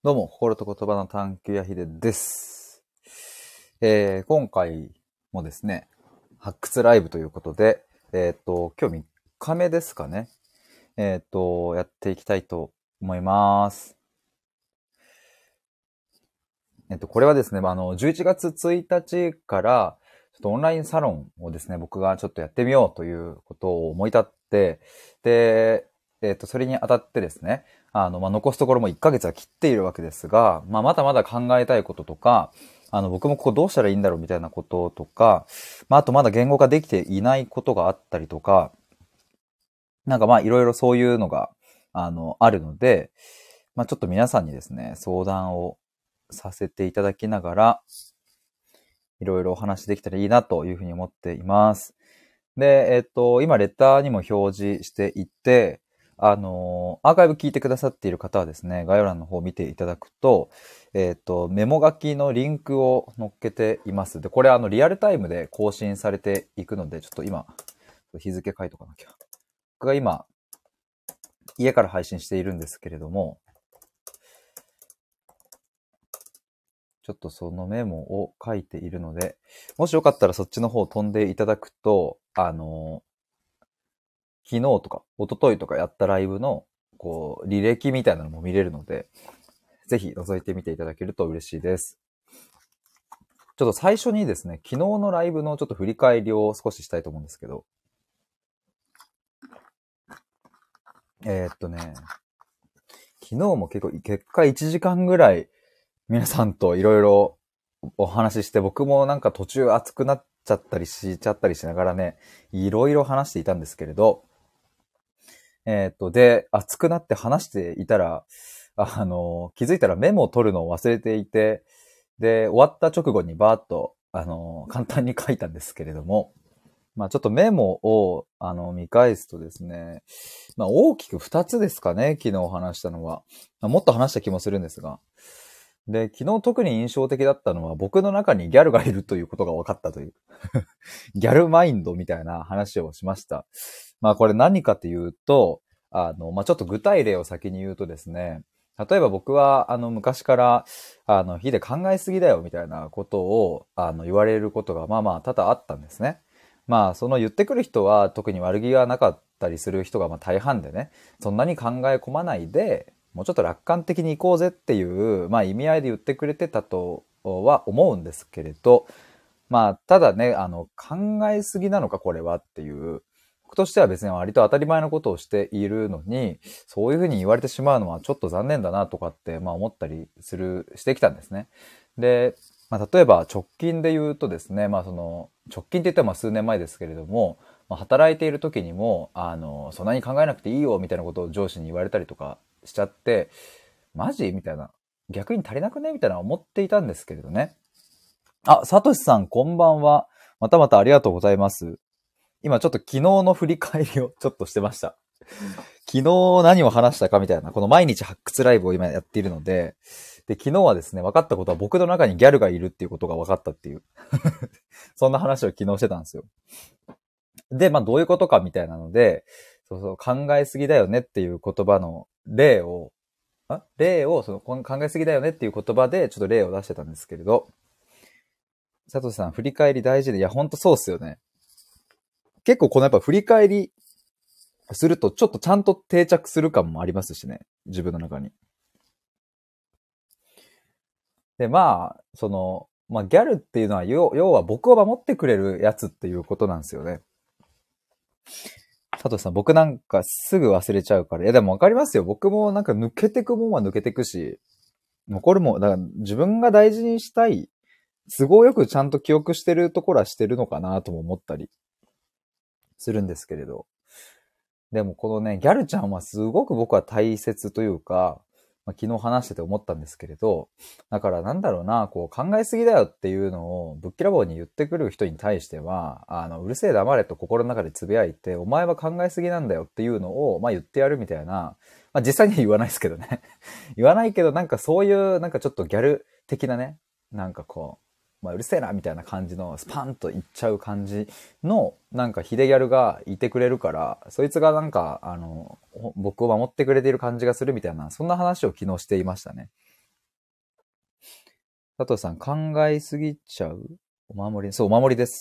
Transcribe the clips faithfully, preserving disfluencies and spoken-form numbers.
どうも、心と言葉の探求やひでです。えー、今回もですね、発掘ライブということで、えっと、今日みっかめですかね。えっと、やっていきたいと思います。えっと、これはですね、まああの、じゅういちがつついたちから、ちょっとオンラインサロンをですね、僕がちょっとやってみようということを思い立って、で、えっと、それにあたってですね、あの、まあ、残すところもいっかげつは切っているわけですが、まあ、まだまだ考えたいこととか、あの、僕もここどうしたらいいんだろうみたいなこととか、まあ、あとまだ言語化できていないことがあったりとか、なんかまあ、いろいろそういうのが、あの、あるので、まあ、ちょっと皆さんにですね、相談をさせていただきながら、いろいろお話できたらいいなというふうに思っています。で、えっと、今、レターにも表示していて、あの、アーカイブ聞いてくださっている方はですね、概要欄の方を見ていただくと、えっと、メモ書きのリンクを載っけています。で、これあの、リアルタイムで更新されていくので、ちょっと今、日付書いとかなきゃ。僕が今、家から配信しているんですけれども、ちょっとそのメモを書いているので、もしよかったらそっちの方飛んでいただくと、あの、昨日とか一昨日とかやったライブの、こう、履歴みたいなのも見れるので、ぜひ覗いてみていただけると嬉しいです。ちょっと最初にですね、昨日のライブのちょっと振り返りを少ししたいと思うんですけど、えー、っとね、昨日も結構、結果いちじかんぐらい皆さんといろいろお話しして、僕もなんか途中熱くなっちゃったりしちゃったりしながらね、いろいろ話していたんですけれど、えっと、で、熱くなって話していたら、あの、気づいたらメモを取るのを忘れていて、で、終わった直後にバーッと、あの、簡単に書いたんですけれども、まあちょっとメモを、あの、見返すとですね、まあ大きく二つですかね、昨日話したのは。もっと話した気もするんですが。で、昨日特に印象的だったのは、僕の中にギャルがいるということが分かったという。ギャルマインドみたいな話をしました。まあこれ何かというと、あの、まあちょっと具体例を先に言うとですね、例えば僕は、あの、昔から、あの、ヒデ考えすぎだよみたいなことを、あの、言われることが、まあまあ多々あったんですね。まあ、その言ってくる人は特に悪気がなかったりする人がまあ大半でね、そんなに考え込まないで、もうちょっと楽観的に行こうぜっていう、まあ意味合いで言ってくれてたとは思うんですけれど、まあ、ただね、あの、考えすぎなのか、これはっていう、僕としては別に割と当たり前のことをしているのに、そういうふうに言われてしまうのはちょっと残念だなとかって、まあ思ったりする、してきたんですね。で、まあ例えば直近で言うとですね、まあその、直近って言ってもまあ数年前ですけれども、まあ、働いている時にも、あの、そんなに考えなくていいよみたいなことを上司に言われたりとかしちゃって、マジみたいな。逆に足りなくねみたいな思っていたんですけれどね。あ、サトシさん、こんばんは。またまたありがとうございます。今ちょっと昨日の振り返りをちょっとしてました。昨日何を話したかみたいな、この毎日発掘ライブを今やっているので、で、昨日はですね、分かったことは僕の中にギャルがいるっていうことが分かったっていう。そんな話を昨日してたんですよ。で、まあどういうことかみたいなので、そうそう、考えすぎだよねっていう言葉の例を、あ例を、その考えすぎだよねっていう言葉でちょっと例を出してたんですけれど、佐藤さん、振り返り大事で、いや、ほんとそうっすよね。結構このやっぱ振り返りすると、ちょっとちゃんと定着する感もありますしね。自分の中に。で、まあ、その、まあ、ギャルっていうのは、要要は僕を守ってくれるやつっていうことなんですよね。佐藤さん、僕なんかすぐ忘れちゃうから。いや、でもわかりますよ。僕もなんか抜けてくもんは抜けてくし、残るもん、だから自分が大事にしたい、都合よくちゃんと記憶してるところはしてるのかなとも思ったりするんですけれど。でもこのね、ギャルちゃんはすごく僕は大切というか、まあ、昨日話してて思ったんですけれど、だからなんだろうな、こう考えすぎだよっていうのをぶっきらぼうに言ってくる人に対しては、あの、うるせえ黙れと心の中でつぶやいて、お前は考えすぎなんだよっていうのを、まあ言ってやるみたいな、まあ実際には言わないですけどね。言わないけどなんかそういう、なんかちょっとギャル的なね、なんかこう、まあ、うるせえなみたいな感じのスパンといっちゃう感じのなんかヒデギャルがいてくれるから、そいつがなんかあの僕を守ってくれている感じがするみたいな、そんな話を昨日していましたね。 佐藤さん、考えすぎちゃうお守り、そう、お守りです。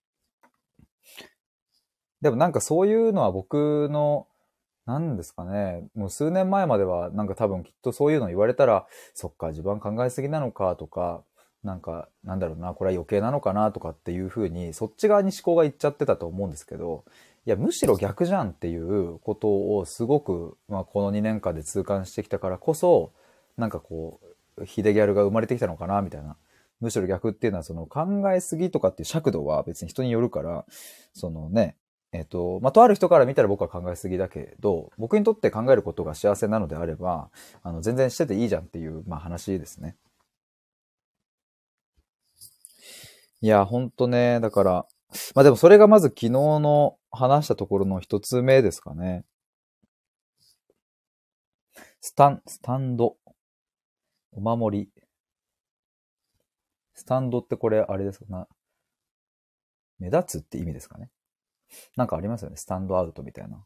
でもなんかそういうのは僕の、なんですかね、もう数年前までは、なんか多分きっとそういうの言われたら、そっか、自分は考えすぎなのかとか、なんか、なんだろうな、これは余計なのかなとかっていうふうに、そっち側に思考がいっちゃってたと思うんですけど、いや、むしろ逆じゃんっていうことをすごく、まあ、このにねんかんで痛感してきたからこそ、なんかこう、ヒデギャルが生まれてきたのかな、みたいな。むしろ逆っていうのは、その考えすぎとかっていう尺度は別に人によるから、そのね、えっと、まあ、とある人から見たら僕は考えすぎだけど、僕にとって考えることが幸せなのであれば、あの、全然してていいじゃんっていう、まあ、話ですね。いや、ほんとね、だから、まあでもそれがまず昨日の話したところの一つ目ですかね。スタン、スタンド、お守り。スタンドってこれ、あれですかな。目立つって意味ですかね。なんかありますよね。スタンドアウトみたいな。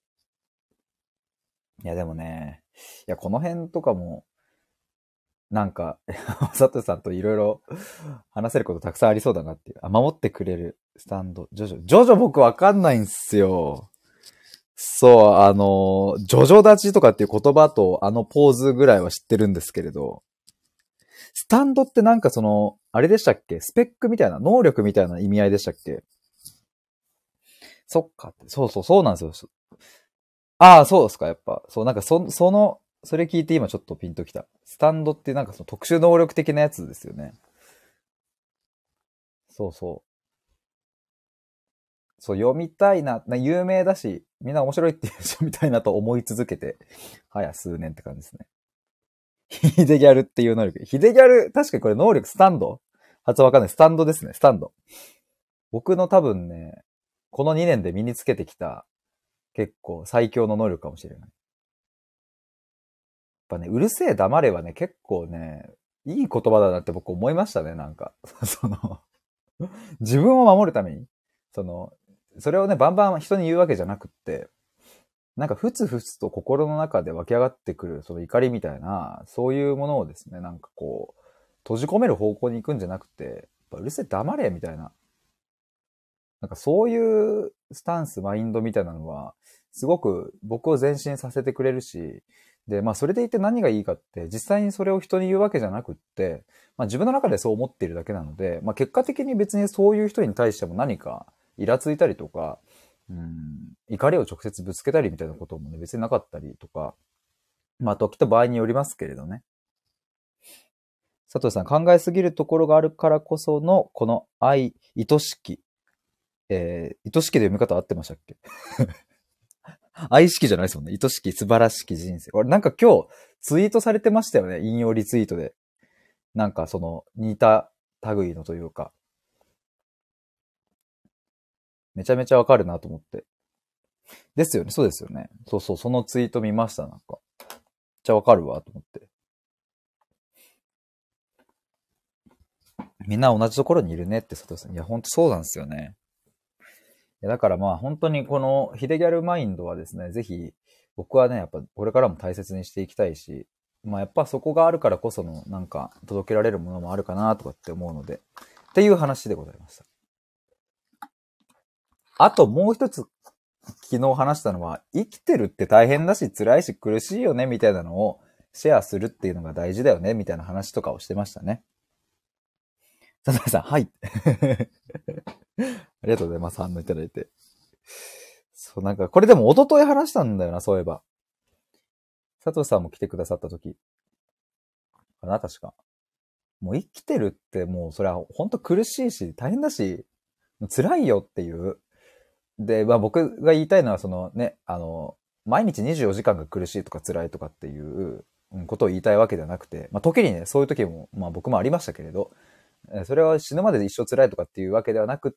いや、でもね、いや、この辺とかも、なんか、佐藤さんといろいろ話せることたくさんありそうだなっていう。あ、守ってくれるスタンド。ジョジョ。ジョジョ僕わかんないんすよ。そう、あの、ジョジョ立ちとかっていう言葉とあのポーズぐらいは知ってるんですけれど、スタンドってなんかその、あれでしたっけスペックみたいな、能力みたいな意味合いでしたっけ？そっかって。そうそう、そうなんですよ。ああ、そうですか、やっぱ。そう、なんかそ、その、それ聞いて今ちょっとピンときた。スタンドってなんかその特殊能力的なやつですよね。そうそう。そう、読みたいな、な有名だし、みんな面白いって言うし、読みたいなと思い続けて、はや数年って感じですね。ヒデギャルっていう能力。ヒデギャル、確かにこれ能力スタンド発音わかんない。スタンドですね、スタンド。僕の多分ね、このにねんで身につけてきた結構最強の能力かもしれない。やっぱね、うるせえ黙れはね、結構ね、いい言葉だなって僕思いましたね、なんか。その、自分を守るために、その、それをね、バンバン人に言うわけじゃなくって、なんかふつふつと心の中で湧き上がってくる、その怒りみたいな、そういうものをですね、なんかこう、閉じ込める方向に行くんじゃなくて、やっぱうるせえ黙れみたいな、なんかそういうスタンス、マインドみたいなのは、すごく僕を前進させてくれるし、で、まあそれでいて何がいいかって、実際にそれを人に言うわけじゃなくって、まあ自分の中でそう思っているだけなので、まあ結果的に別にそういう人に対しても何かイラついたりとか、うん、怒りを直接ぶつけたりみたいなこともね、別になかったりとか、まあ時と場合によりますけれどね。佐藤さん、考えすぎるところがあるからこその、この愛、愛しき、えー、愛しきで読み方合ってましたっけ？愛しきじゃないですもんね。愛しき、素晴らしき人生。俺なんか今日ツイートされてましたよね。引用リツイートで。なんかその似た類のというか、めちゃめちゃわかるなと思って。ですよね。そうですよね。そうそう、そのツイート見ました。なんか。めっちゃわかるわと思って。みんな同じところにいるねって佐藤さん。いや、ほんとそうなんですよね。いやだからまあ本当にこのヒデギャルマインドはですね、ぜひ僕はね、やっぱこれからも大切にしていきたいし、まあやっぱそこがあるからこそのなんか届けられるものもあるかなとかって思うので、っていう話でございました。あともう一つ昨日話したのは、生きてるって大変だし辛いし苦しいよねみたいなのをシェアするっていうのが大事だよねみたいな話とかをしてましたね。佐々木さん、はい。ありがとうございます。反応いただいて。そう、なんかこれでも一昨日話したんだよな、そういえば。佐藤さんも来てくださった時かな、確か。もう生きてるってもうそれは本当苦しいし大変だし、辛いよっていう。で、まあ僕が言いたいのはそのね、あの、毎日にじゅうよじかんが苦しいとか辛いとかっていうことを言いたいわけではなくて、まあ時にね、そういう時も、まあ僕もありましたけれど、それは死ぬまでで一生辛いとかっていうわけではなくって、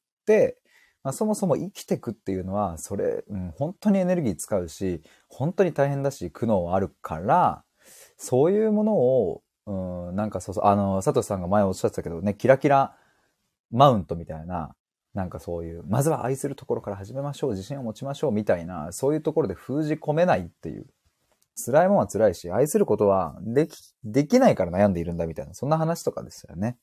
まあそもそも生きてくっていうのは、それ、うん、本当にエネルギー使うし、本当に大変だし、苦悩はあるから、そういうものを、うん、なんかそうそう、あの、佐藤さんが前おっしゃってたけどね、キラキラマウントみたいな、なんかそういう、まずは愛するところから始めましょう、自信を持ちましょうみたいな、そういうところで封じ込めないっていう。 辛いもんは辛いし、愛することはでき、できないから悩んでいるんだみたいな、そんな話とかですよね。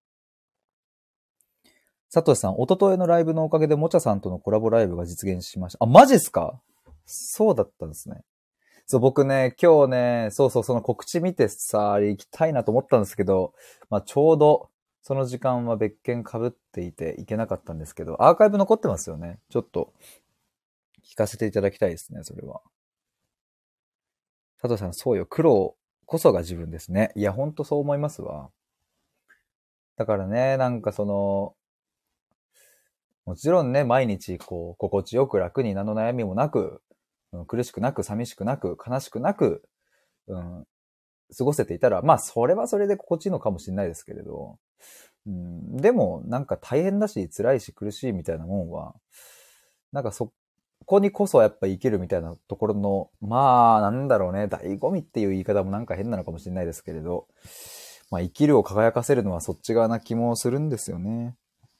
サトシさん、一昨日のライブのおかげでもちゃさんとのコラボライブが実現しました。あ、マジっすか？そうだったんですね。そう、僕ね、今日ね、そうそう、その告知見てさ、あれ行きたいなと思ったんですけど、まあちょうど、その時間は別件被っていて行けなかったんですけど、アーカイブ残ってますよね。ちょっと、聞かせていただきたいですね、それは。佐藤さん、そうよ、苦労こそが自分ですね。いや、ほんとそう思いますわ。だからね、なんかその、もちろんね、毎日、こう、心地よく楽に何の悩みもなく、うん、苦しくなく、寂しくなく、悲しくなく、うん、過ごせていたら、まあ、それはそれで心地いいのかもしれないですけれど、うん、でも、なんか大変だし、辛いし、苦しいみたいなもんは、なんかそこにこそやっぱ生きるみたいなところの、まあ、なんだろうね、醍醐味っていう言い方もなんか変なのかもしれないですけれど、まあ、生きるを輝かせるのはそっち側な気もするんですよね。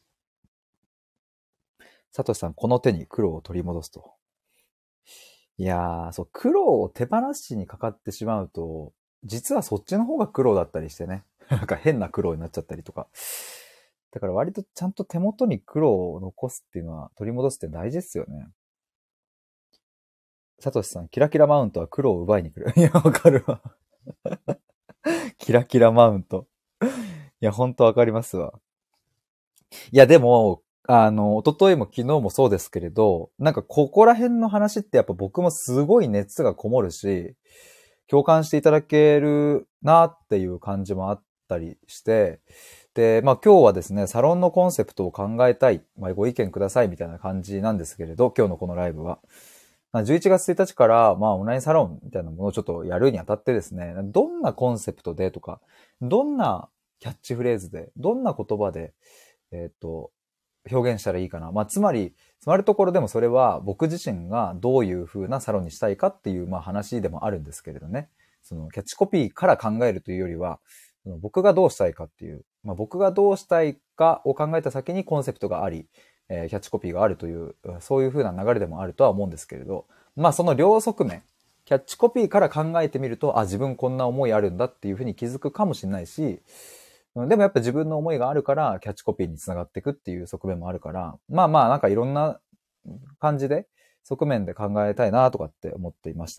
サトシさん、この手に苦労を取り戻すと。いやー、そう、苦労を手放しにかかってしまうと、実はそっちの方が苦労だったりしてね。なんか変な苦労になっちゃったりとか。だから割とちゃんと手元に苦労を残すっていうのは、取り戻すって大事ですよね。サトシさん、キラキラマウントは苦労を奪いに来る。いや、わかるわ。キラキラマウント。いや、ほんとわかりますわ。いや、でも、あの、一昨日も昨日もそうですけれど、なんかここら辺の話ってやっぱ僕もすごい熱がこもるし、共感していただけるなっていう感じもあったりして、で、まあ今日はですね、サロンのコンセプトを考えたい、まあご意見くださいみたいな感じなんですけれど、今日のこのライブは。じゅういちがつついたちから、まあオンラインサロンみたいなものをちょっとやるにあたってですね、どんなコンセプトでとか、どんなキャッチフレーズで、どんな言葉で、えっと、表現したらいいかな。まあ、つまり、つまるところでもそれは僕自身がどういう風なサロンにしたいかっていう、まあ話でもあるんですけれどね。そのキャッチコピーから考えるというよりは、その僕がどうしたいかっていう、まあ僕がどうしたいかを考えた先にコンセプトがあり、えーキャッチコピーがあるという、そういう風な流れでもあるとは思うんですけれど、まあその両側面、キャッチコピーから考えてみると、あ、自分こんな思いあるんだっていう風に気づくかもしれないし、でもやっぱ自分の思いがあるからキャッチコピーにつながっていくっていう側面もあるから、まあまあなんかいろんな感じで側面で考えたいなとかって思っていました。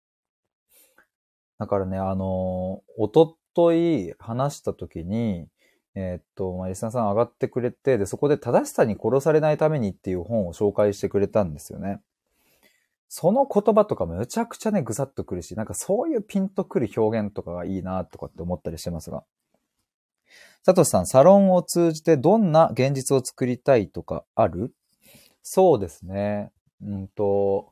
だからね、あの、おととい話した時に、えーっと、まあ、リスナーさん上がってくれて、で、そこで正しさに殺されないためにっていう本を紹介してくれたんですよね。その言葉とかもめちゃくちゃね、ぐさっとくるし、なんかそういうピンとくる表現とかがいいなとかって思ったりしてますが。サトシさん、サロンを通じてどんな現実を作りたいとかある？そうですね。うんと、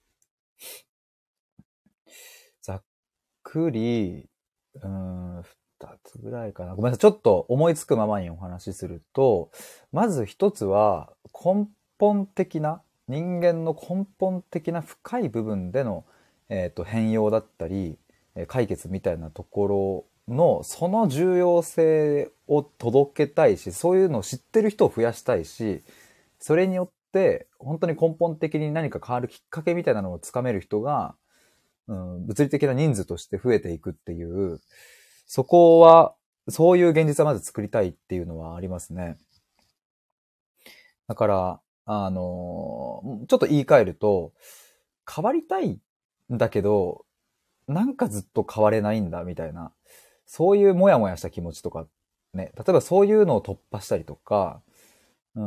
ざっくり、うーん、二つぐらいかな。ごめんなさい。ちょっと思いつくままにお話しすると、まず一つは根本的な、人間の根本的な深い部分での、えっと、変容だったり、えー解決みたいなところの、その重要性を届けたいし、そういうのを知ってる人を増やしたいし、それによって本当に根本的に何か変わるきっかけみたいなのをつかめる人が、うん、物理的な人数として増えていくっていう、そこは、そういう現実はまず作りたいっていうのはありますね。だから、あのーちょっと言い換えると、変わりたいんだけど、なんかずっと変われないんだみたいな、そういうモヤモヤした気持ちとか、ね、例えばそういうのを突破したりとか、うん、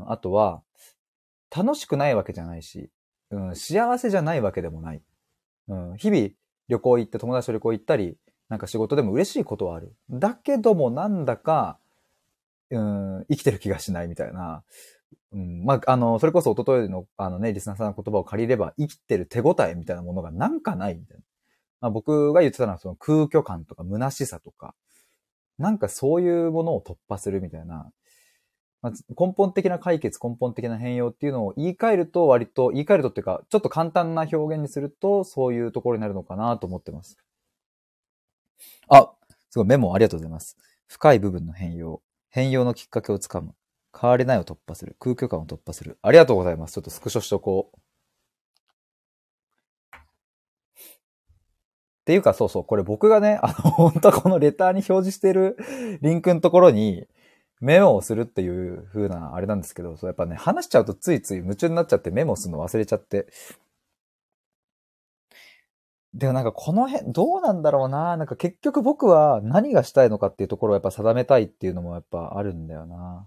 あとは、楽しくないわけじゃないし、うん、幸せじゃないわけでもない。うん、日々旅行行って友達と旅行行ったり、なんか仕事でも嬉しいことはある。だけどもなんだか、うん、生きてる気がしないみたいな。うん、まあ、あの、それこそ一昨日のあのね、リスナーさんの言葉を借りれば、生きてる手応えみたいなものがなんかないみたいな。まあ、僕が言ってたのはその空虚感とか虚しさとか、なんかそういうものを突破するみたいな。まあ、根本的な解決、根本的な変容っていうのを言い換えると割と、言い換えるとっていうか、ちょっと簡単な表現にすると、そういうところになるのかなと思ってます。あ、すごいメモありがとうございます。深い部分の変容。変容のきっかけをつかむ。変われないを突破する。空虚感を突破する。ありがとうございます。ちょっとスクショしとこう。 ていうか、そうそう、これ僕がね、あの、本当はこのレターに表示してるリンクのところにメモをするっていう風なあれなんですけど、そうやっぱね、話しちゃうとついつい夢中になっちゃってメモするの忘れちゃって。でもなんかこの辺、どうなんだろうな。なんか結局僕は何がしたいのかっていうところをやっぱ定めたいっていうのもやっぱあるんだよな。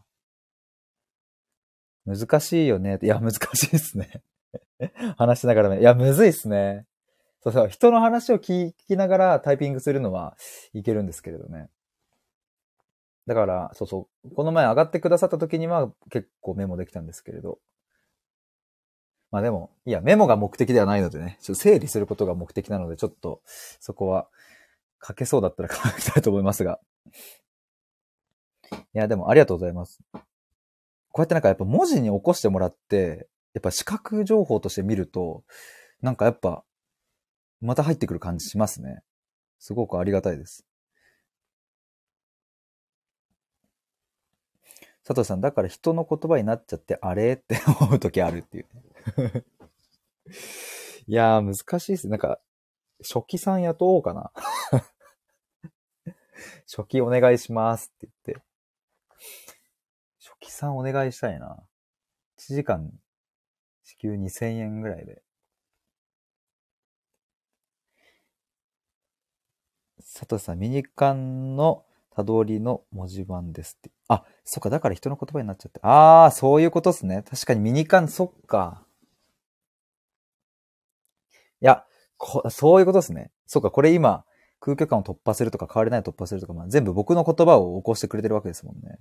難しいよね。いや、難しいですね。話しながらね。いや、むずいっすね。そうそう。人の話を聞きながらタイピングするのはいけるんですけれどね。だから、そうそう。この前上がってくださった時には結構メモできたんですけれど。まあでも、いや、メモが目的ではないのでね。ちょっと整理することが目的なので、ちょっと、そこは書けそうだったら書きたいと思いますが。いや、でもありがとうございます。こうやってなんかやっぱ文字に起こしてもらって、やっぱ視覚情報として見ると、なんかやっぱ、また入ってくる感じしますね。すごくありがたいです。佐藤さん、だから人の言葉になっちゃって、あれって思う時あるっていうね。いやー、難しいです。なんか、初期さん雇おうかな。初期お願いしますって言って。初期さんお願いしたいな。いちじかん、時給にせんえんぐらいで。佐藤さん、ミニカンのたどりの文字盤ですって。あ、そっか、だから人の言葉になっちゃって。あー、そういうことっすね。確かにミニカン、そっか。いや、こそういうことですね。そっか、これ今、空虚感を突破するとか変われないを突破するとか、まあ、全部僕の言葉を起こしてくれてるわけですもんね。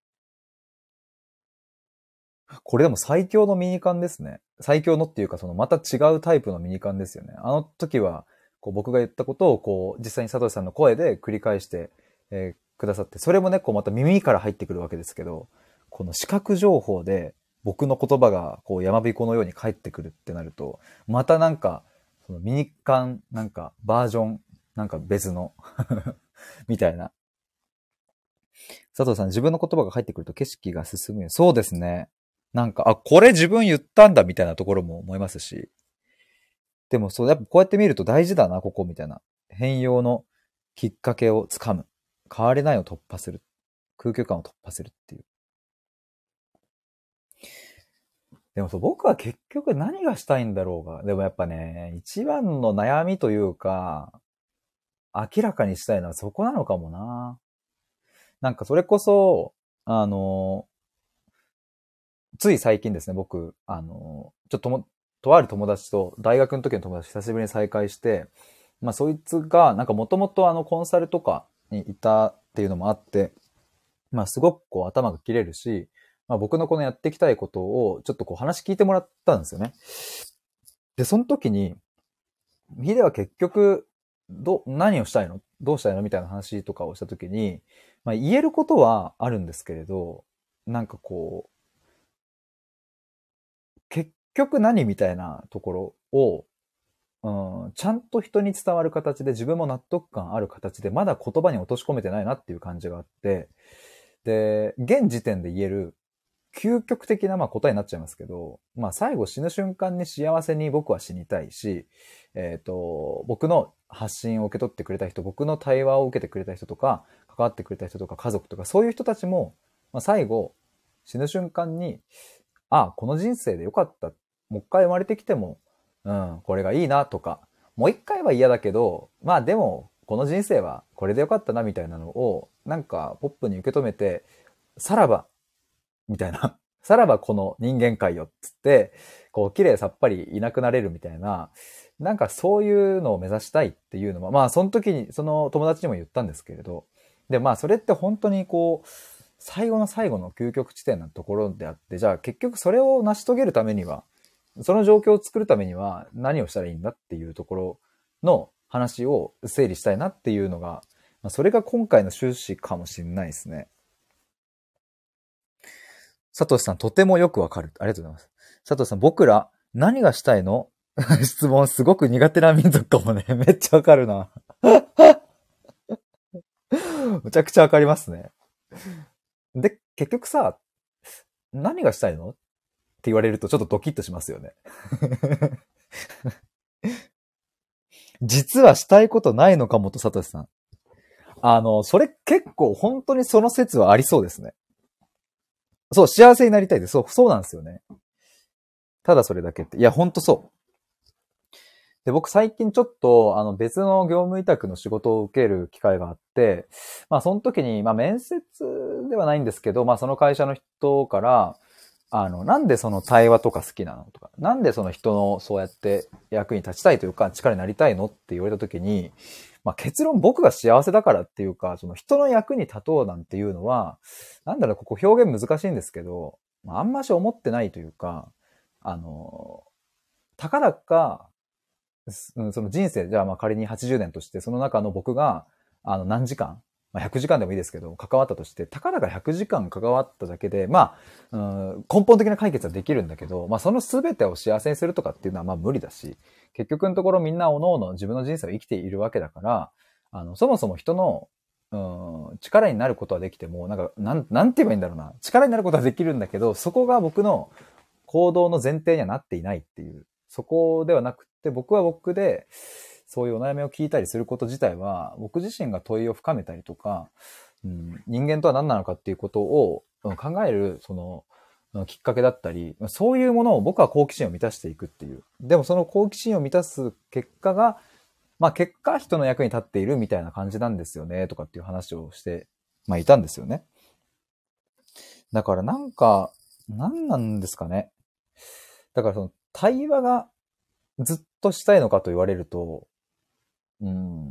これでも最強のミニカンですね。最強のっていうか、そのまた違うタイプのミニカンですよね。あの時は、こう僕が言ったことを、こう、実際に佐藤さんの声で繰り返して、えーくださって、それもね、こうまた耳から入ってくるわけですけど、この視覚情報で僕の言葉がこう山彦のように返ってくるってなると、またなんか、そのミニカン、なんかバージョン、なんか別のみたいな。佐藤さん、自分の言葉が入ってくると景色が進むよ。そうですね。なんか、あ、これ自分言ったんだみたいなところも思いますし。でもそう、やっぱこうやって見ると大事だな、ここみたいな。変容のきっかけをつかむ。変われないを突破する。空虚感を突破するっていう。でもそう、僕は結局何がしたいんだろうが。でもやっぱね、一番の悩みというか、明らかにしたいのはそこなのかもな。なんかそれこそ、あの、つい最近ですね、僕、あの、ちょっとも、とある友達と、大学の時の友達久しぶりに再会して、まあそいつが、なんかもともとあのコンサルとかにいたっていうのもあって、まあすごくこう頭が切れるし、まあ僕のこのやっていきたいことをちょっとこう話聞いてもらったんですよね。で、その時に、ヒデは結局、ど、何をしたいのどうしたいのみたいな話とかをした時に、まあ言えることはあるんですけれど、なんかこう、結局何みたいなところを、うん、ちゃんと人に伝わる形で自分も納得感ある形でまだ言葉に落とし込めてないなっていう感じがあって、で、現時点で言える究極的なまあ答えになっちゃいますけど、まあ最後死ぬ瞬間に幸せに僕は死にたいし、えっと、僕の発信を受け取ってくれた人、僕の対話を受けてくれた人とか、関わってくれた人とか家族とか、そういう人たちも、まあ最後死ぬ瞬間に、ああ、この人生でよかった。もう一回生まれてきても、うん、これがいいなとか、もう一回は嫌だけど、まあでも、この人生はこれでよかったなみたいなのを、なんかポップに受け止めて、さらば、みたいな。さらばこの人間界よっつって、こう、綺麗さっぱりいなくなれるみたいな、なんかそういうのを目指したいっていうのは、まあその時に、その友達にも言ったんですけれど、で、まあそれって本当にこう、最後の最後の究極地点のところであって、じゃあ結局それを成し遂げるためには、その状況を作るためには何をしたらいいんだっていうところの話を整理したいなっていうのが、まあ、それが今回の趣旨かもしれないですね。佐藤さん、とてもよくわかる。ありがとうございます。佐藤さん、僕ら何がしたいの質問すごく苦手な民族かもね。めっちゃわかるな。むちゃくちゃわかりますね。で、結局さ、何がしたいのって言われるとちょっとドキッとしますよね。 実はしたいことないのかもと、サトシさん。あの、それ結構本当にその説はありそうですね。そう、幸せになりたいです。そう、そうなんですよね。ただそれだけって。いや、ほんとそう。で、僕最近ちょっと、あの、別の業務委託の仕事を受ける機会があって、まあ、その時に、まあ、面接ではないんですけど、まあ、その会社の人から、あの、なんでその対話とか好きなのとか、なんでその人のそうやって役に立ちたいというか、力になりたいのって言われた時に、まあ、結論僕が幸せだからっていうか、その人の役に立とうなんていうのは、なんだろう、ここ表現難しいんですけど、まあ、あんまし思ってないというか、あの、たかだか、うんその人生、じゃあまあ仮にはちじゅうねんとして、その中の僕が、あの何時間、まあ、ひゃくじかんでもいいですけど、関わったとして、たかだかひゃくじかん関わっただけで、まあ、うん、根本的な解決はできるんだけど、まあその全てを幸せにするとかっていうのはまあ無理だし、結局のところみんな各々自分の人生を生きているわけだから、あの、そもそも人の、うん、力になることはできても、なんか、なん、なんて言えばいいんだろうな。力になることはできるんだけど、そこが僕の行動の前提にはなっていないっていう。そこではなくて、僕は僕で、そういうお悩みを聞いたりすること自体は、僕自身が問いを深めたりとか、うん、人間とは何なのかっていうことを考える、その、きっかけだったり、そういうものを僕は好奇心を満たしていくっていう。でもその好奇心を満たす結果が、まあ結果人の役に立っているみたいな感じなんですよね、とかっていう話をして、まあいたんですよね。だからなんか、何なんですかね。だからその対話がずっとしたいのかと言われると、うん、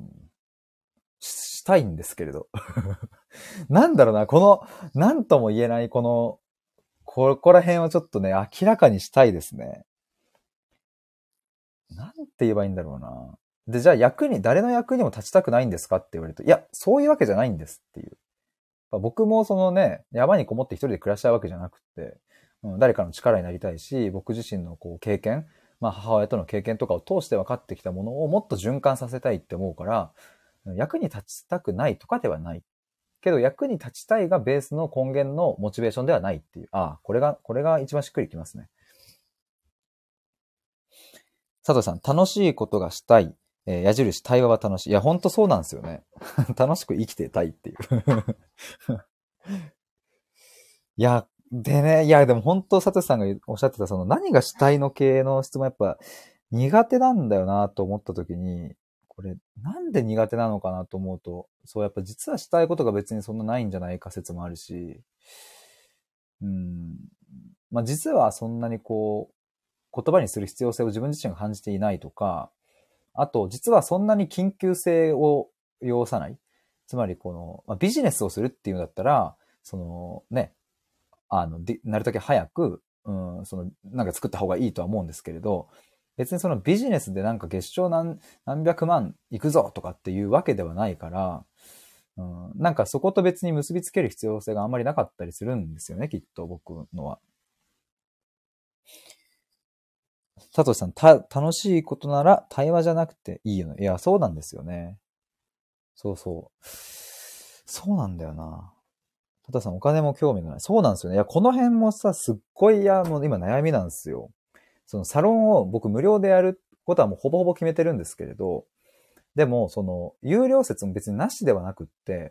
したいんですけれど。なんだろうな、この、なんとも言えないこの、ここら辺をちょっとね、明らかにしたいですね。なんて言えばいいんだろうな。で、じゃあ役に、誰の役にも立ちたくないんですかって言われると、いや、そういうわけじゃないんですっていう。僕もそのね、山にこもって一人で暮らしたいわけじゃなくて、うん、誰かの力になりたいし、僕自身のこう経験、まあ母親との経験とかを通して分かってきたものをもっと循環させたいって思うから、役に立ちたくないとかではない。けど役に立ちたいがベースの根源のモチベーションではないっていう。ああ、これが、これが一番しっくりきますね。佐藤さん、楽しいことがしたい。えー矢印、対話は楽しい。いや、ほんとそうなんですよね。楽しく生きてたいっていう。いや、でね、いや、でも本当、佐藤さんがおっしゃってた、その何が主体の系の質問やっぱ苦手なんだよなと思った時に、これなんで苦手なのかなと思うと、そうやっぱ実はしたいことが別にそんなないんじゃないか説もあるし、うん、まあ実はそんなにこう、言葉にする必要性を自分自身が感じていないとか、あと実はそんなに緊急性を要さない。つまりこの、まあ、ビジネスをするっていうんだったら、そのね、あの、で、なるだけ早く、うん、その、なんか作った方がいいとは思うんですけれど、別にそのビジネスでなんか月賞何、何百万いくぞとかっていうわけではないから、うん、なんかそこと別に結びつける必要性があんまりなかったりするんですよね、きっと僕のは。佐藤さん、た、楽しいことなら対話じゃなくていいよね。いや、そうなんですよね。そうそう。そうなんだよな。佐藤さん、お金も興味がない。そうなんですよね。いや、この辺もさ、すっごい、いや、もう今悩みなんですよ。そのサロンを僕無料でやることはもうほぼほぼ決めてるんですけれど、でも、その、有料説も別になしではなくって、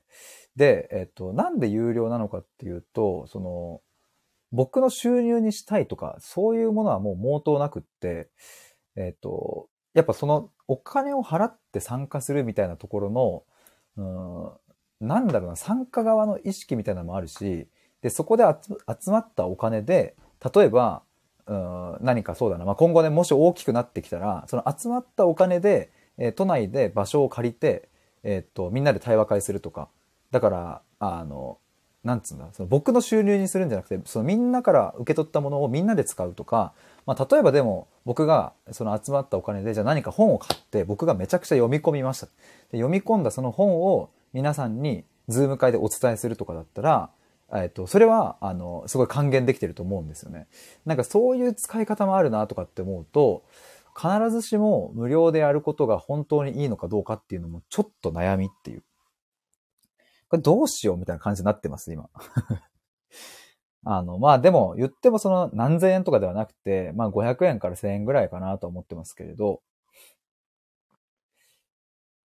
で、えっと、なんで有料なのかっていうと、その、僕の収入にしたいとか、そういうものはもう毛頭なくって、えっと、やっぱそのお金を払って参加するみたいなところの、うん、なんだろうな、参加側の意識みたいなのもあるし、で、そこで集集まったお金で、例えば、うん、何かそうだな、まあ、今後ね、もし大きくなってきたら、その集まったお金で、えー都内で場所を借りて、えーっと、みんなで対話会するとか。だから、あの、なんつうんだ、その僕の収入にするんじゃなくて、そのみんなから受け取ったものをみんなで使うとか、まあ、例えばでも僕がその集まったお金でじゃあ何か本を買って僕がめちゃくちゃ読み込みました。で読み込んだその本を皆さんにズーム会でお伝えするとかだったら、えっと、それは、あの、すごい還元できてると思うんですよね。なんかそういう使い方もあるなとかって思うと、必ずしも無料でやることが本当にいいのかどうかっていうのもちょっと悩みっていう。これどうしようみたいな感じになってます、今。あの、まあでも言ってもその何千円とかではなくて、まあごひゃくえんからせんえんぐらいかなと思ってますけれど、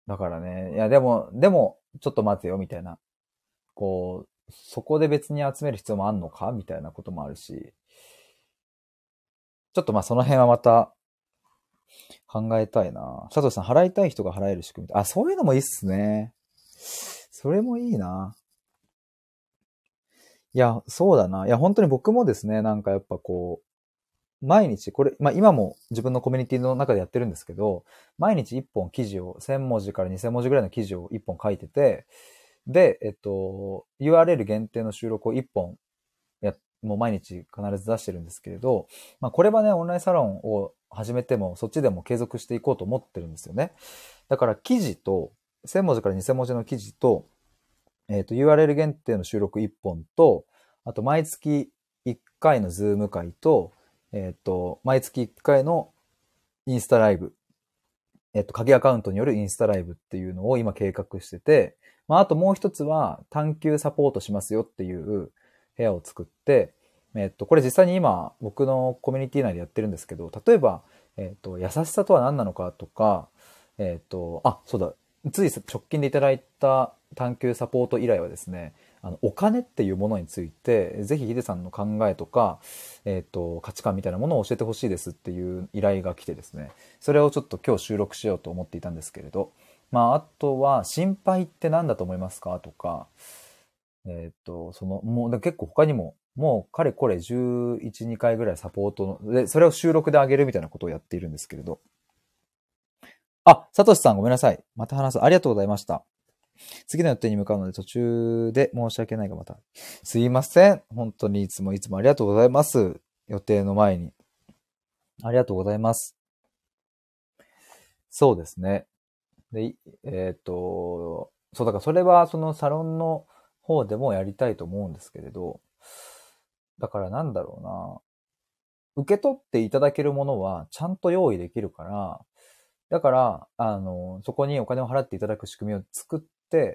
だからね、いやでも、でも、ちょっと待てよ、みたいな。こう、そこで別に集める必要もあんのかみたいなこともあるし、ちょっとまあその辺はまた考えたいな。佐藤さん、払いたい人が払える仕組み。あ、そういうのもいいっすね。それもいいな。いや、そうだな。いや、本当に僕もですね、なんかやっぱこう、毎日、これ、まあ今も自分のコミュニティの中でやってるんですけど、毎日いっぽん記事を、せんもじからにせん文字ぐらいの記事をいっぽん書いてて、で、えっと、ユーアールエル 限定の収録をいっぽんや、もう毎日必ず出してるんですけれど、まあこれはね、オンラインサロンを始めても、そっちでも継続していこうと思ってるんですよね。だから記事と、せん文字からにせん文字の記事と、えっと、ユーアールエル 限定の収録いっぽんと、あと毎月いっかいのズーム会と、えっと、毎月いっかいのインスタライブ、えっと、鍵アカウントによるインスタライブっていうのを今計画してて、まあ、あともう一つは探求サポートしますよっていう部屋を作って、えっと、これ実際に今僕のコミュニティ内でやってるんですけど、例えば、えっと、優しさとは何なのかとか、えっと、あ、そうだ、つい直近でいただいた探求サポート依頼はですね、あの、お金っていうものについて、ぜひヒデさんの考えとか、えっと、価値観みたいなものを教えてほしいですっていう依頼が来てですね、それをちょっと今日収録しようと思っていたんですけれど、まあ、あとは、心配って何だと思いますかとか、えっと、その、もう、結構他にも、もう、かれこれじゅういち、にかいぐらいサポートの、で、それを収録で上げるみたいなことをやっているんですけれど。あ、サトシさんごめんなさい。また話す。ありがとうございました。次の予定に向かうので途中で申し訳ないがまた。すいません。本当にいつもいつもありがとうございます。予定の前に。ありがとうございます。そうですね。で、えっと、そう、だからそれはそのサロンの方でもやりたいと思うんですけれど、だからなんだろうな。受け取っていただけるものはちゃんと用意できるから、だから、あの、そこにお金を払っていただく仕組みを作って、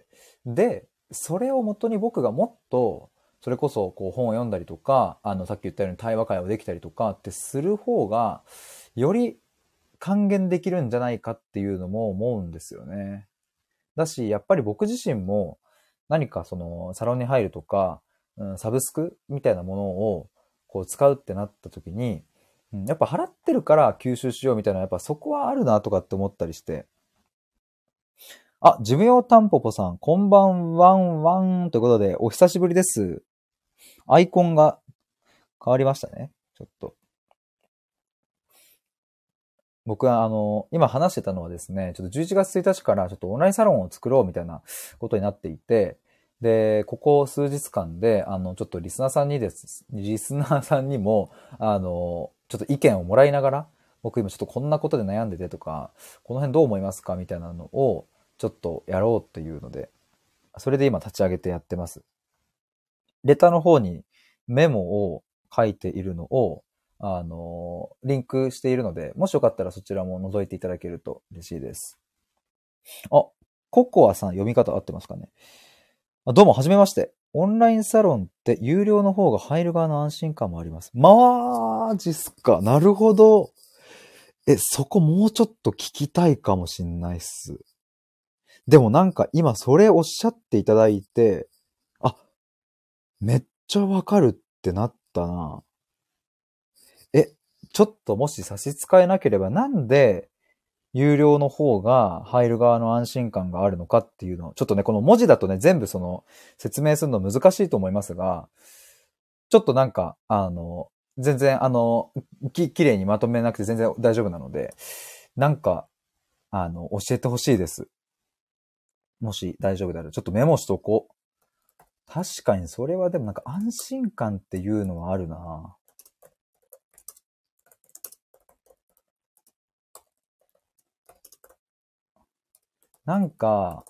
で、それをもとに僕がもっと、それこそこう本を読んだりとか、あの、さっき言ったように対話会をできたりとかってする方が、より還元できるんじゃないかっていうのも思うんですよね。だし、やっぱり僕自身も何かそのサロンに入るとか、うん、サブスクみたいなものをこう使うってなった時に、うん、やっぱ払ってるから吸収しようみたいな、やっぱそこはあるなとかって思ったりして。あ、ジムヨタンポポさん、こんばんはんわんということで、お久しぶりです。アイコンが変わりましたね。ちょっと。僕はあの、今話してたのはですね、ちょっとじゅういちがつついたちからちょっとオンラインサロンを作ろうみたいなことになっていて、で、ここ数日間で、あの、ちょっとリスナーさんにです、リスナーさんにも、あの、ちょっと意見をもらいながら、僕今ちょっとこんなことで悩んでてとか、この辺どう思いますかみたいなのを、ちょっとやろうっていうので、それで今立ち上げてやってます。レターの方にメモを書いているのを、あの、リンクしているので、もしよかったらそちらも覗いていただけると嬉しいです。あ、ココアさん読み方合ってますかね。あ、どうも、はじめまして。オンラインサロンって有料の方が入る側の安心感もあります。マジっすか。なるほど。え、そこもうちょっと聞きたいかもしんないっす。でもなんか今それおっしゃっていただいて、あ、めっちゃわかるってなったな。え、ちょっともし差し支えなければなんで有料の方が入る側の安心感があるのかっていうのを、ちょっとね、この文字だとね、全部その説明するの難しいと思いますが、ちょっとなんか、あの、全然あの、き、綺麗にまとめなくて全然大丈夫なので、なんか、あの、教えてほしいです。もし大丈夫であれば。ちょっとメモしとこう。確かにそれはでもなんか安心感っていうのはあるな。なんか、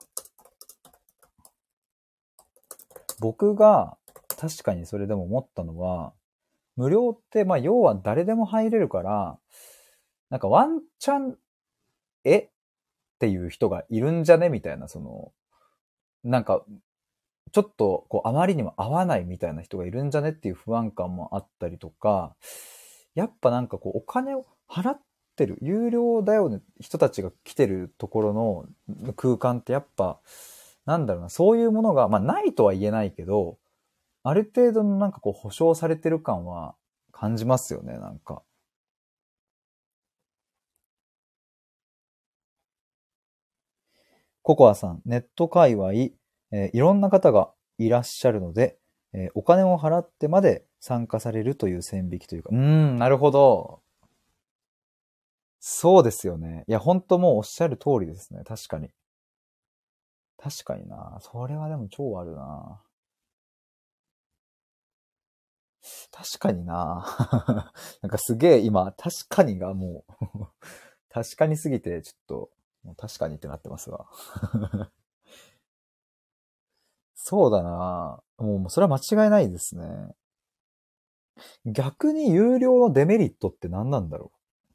僕が確かにそれでも思ったのは、無料って、まあ要は誰でも入れるから、なんかワンチャン、えっていう人がいるんじゃねみたいな、その、なんか、ちょっと、こう、あまりにも合わないみたいな人がいるんじゃねっていう不安感もあったりとか、やっぱなんかこう、お金を払ってる、有料だよね、人たちが来てるところの空間ってやっぱ、なんだろうな、そういうものが、まあないとは言えないけど、ある程度のなんかこう保証されてる感は感じますよね、なんか。ココアさん、ネット界隈、えーいろんな方がいらっしゃるので、えーお金を払ってまで参加されるという線引きというか、うーん、なるほど。そうですよね。いや、本当もうおっしゃる通りですね。確かに。確かにな。それはでも超あるな。確かにな。なんかすげえ今、確かにがもう確かにすぎて、ちょっと、もう確かにってなってますわ。そうだな。もう、それは間違いないですね。逆に有料のデメリットって何なんだろ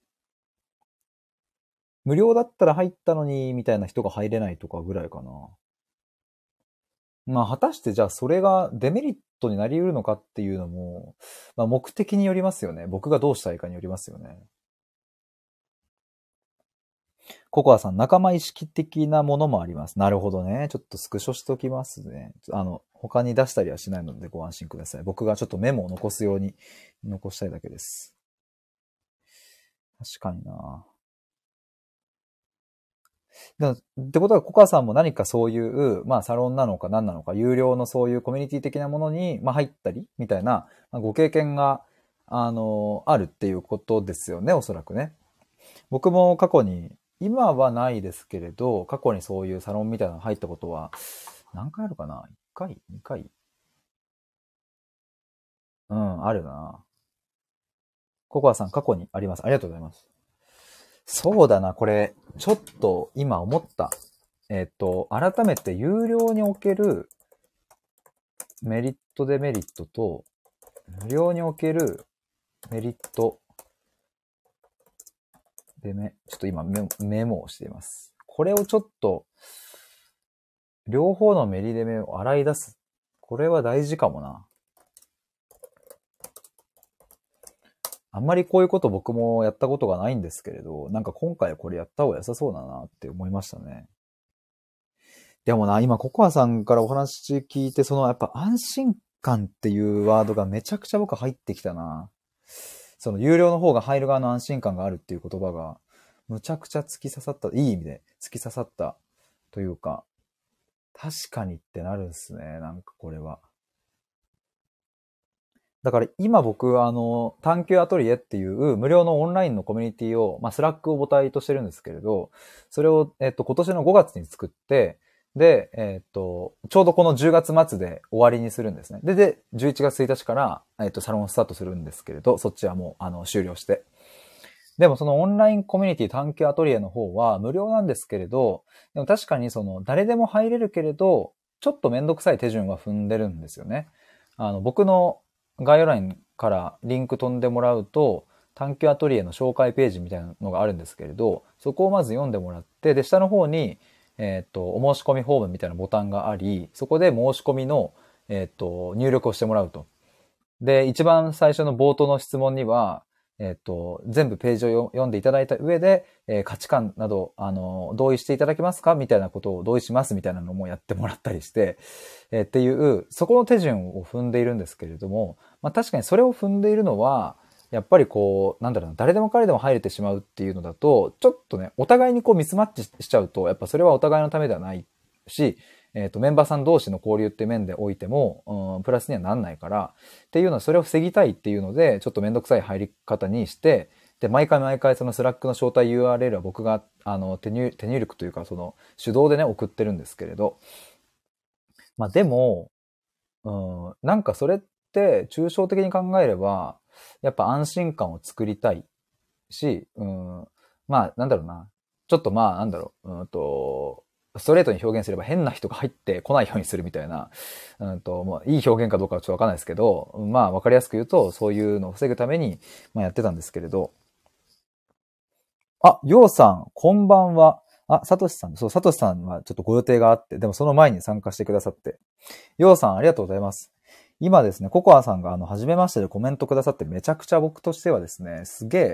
う。無料だったら入ったのに、みたいな人が入れないとかぐらいかな。まあ、果たしてじゃあそれがデメリットになり得るのかっていうのも、まあ、目的によりますよね。僕がどうしたいかによりますよね。ココアさん、仲間意識的なものもあります。なるほどね。ちょっとスクショしときますね。あの、他に出したりはしないのでご安心ください。僕がちょっとメモを残すように残したいだけです。確かにな。だってことは、ココアさんも何かそういう、まあ、サロンなのか何なのか、有料のそういうコミュニティ的なものに、まあ、入ったり、みたいな、まあ、ご経験が、あの、あるっていうことですよね、おそらくね。僕も過去に、今はないですけれど、過去にそういうサロンみたいなの入ったことは、何回あるかな？ いっ 回 ?に 回うん、あるな。ココアさん過去にあります。ありがとうございます。そうだな、これ、ちょっと今思った。えっと、改めて有料におけるメリットデメリットと、無料におけるメリットデメ、ちょっと今メメモをしています。これをちょっと、両方のメリデメを洗い出す。これは大事かもな。あんまりこういうこと僕もやったことがないんですけれど、なんか今回これやった方が良さそうだなって思いましたね。でもな、今ココアさんからお話聞いて、そのやっぱ安心感っていうワードがめちゃくちゃ僕入ってきたな。その有料の方が入る側の安心感があるっていう言葉が、むちゃくちゃ突き刺さった、いい意味で突き刺さったというか、確かにってなるんですね、なんかこれは。だから今僕、あの、探求アトリエっていう無料のオンラインのコミュニティを、まあ、スラックを母体としてるんですけれど、それを、えっと、今年のごがつに作って、で、えっと、ちょうどこのじゅうがつ末で終わりにするんですね。で、で、じゅういちがつついたちから、えっと、サロンをスタートするんですけれど、そっちはもう、あの、終了して。でもそのオンラインコミュニティ探求アトリエの方は無料なんですけれど、でも確かにその誰でも入れるけれど、ちょっとめんどくさい手順は踏んでるんですよね。あの、僕の概要欄からリンク飛んでもらうと、探求アトリエの紹介ページみたいなのがあるんですけれど、そこをまず読んでもらって、で、下の方に、えっと、お申し込みフォームみたいなボタンがあり、そこで申し込みの、えっと、入力をしてもらうと。で、一番最初の冒頭の質問には、えっと、全部ページを読んでいただいた上で、えー価値観など、あの、同意していただけますかみたいなことを同意しますみたいなのもやってもらったりして、えーっていう、そこの手順を踏んでいるんですけれども、まあ確かにそれを踏んでいるのは、やっぱりこう、なんだろうな、誰でも彼でも入れてしまうっていうのだと、ちょっとね、お互いにこうミスマッチしちゃうと、やっぱそれはお互いのためではないし、えっと、メンバーさん同士の交流って面でおいても、うん、プラスにはなんないから、っていうのはそれを防ぎたいっていうので、ちょっとめんどくさい入り方にして、で、毎回毎回そのスラックの招待 ユーアールエル は僕が、あの、手入、手入力というか、その、手動でね、送ってるんですけれど、まあでも、うん、なんかそれって抽象的に考えれば、やっぱ安心感を作りたいし、うん、まあなんだろうな。ちょっとまあなんだろう。うんと、ストレートに表現すれば変な人が入ってこないようにするみたいな、うんと、まあいい表現かどうかはちょっとわかんないですけど、まあわかりやすく言うと、そういうのを防ぐために、まあやってたんですけれど、あ、ようさん、こんばんは。あ、さとしさん、そう、さとしさんはちょっとご予定があって、でもその前に参加してくださって、ようさん、ありがとうございます。今ですね、ココアさんがあの、初めましてでコメントくださってめちゃくちゃ僕としてはですね、すげえ、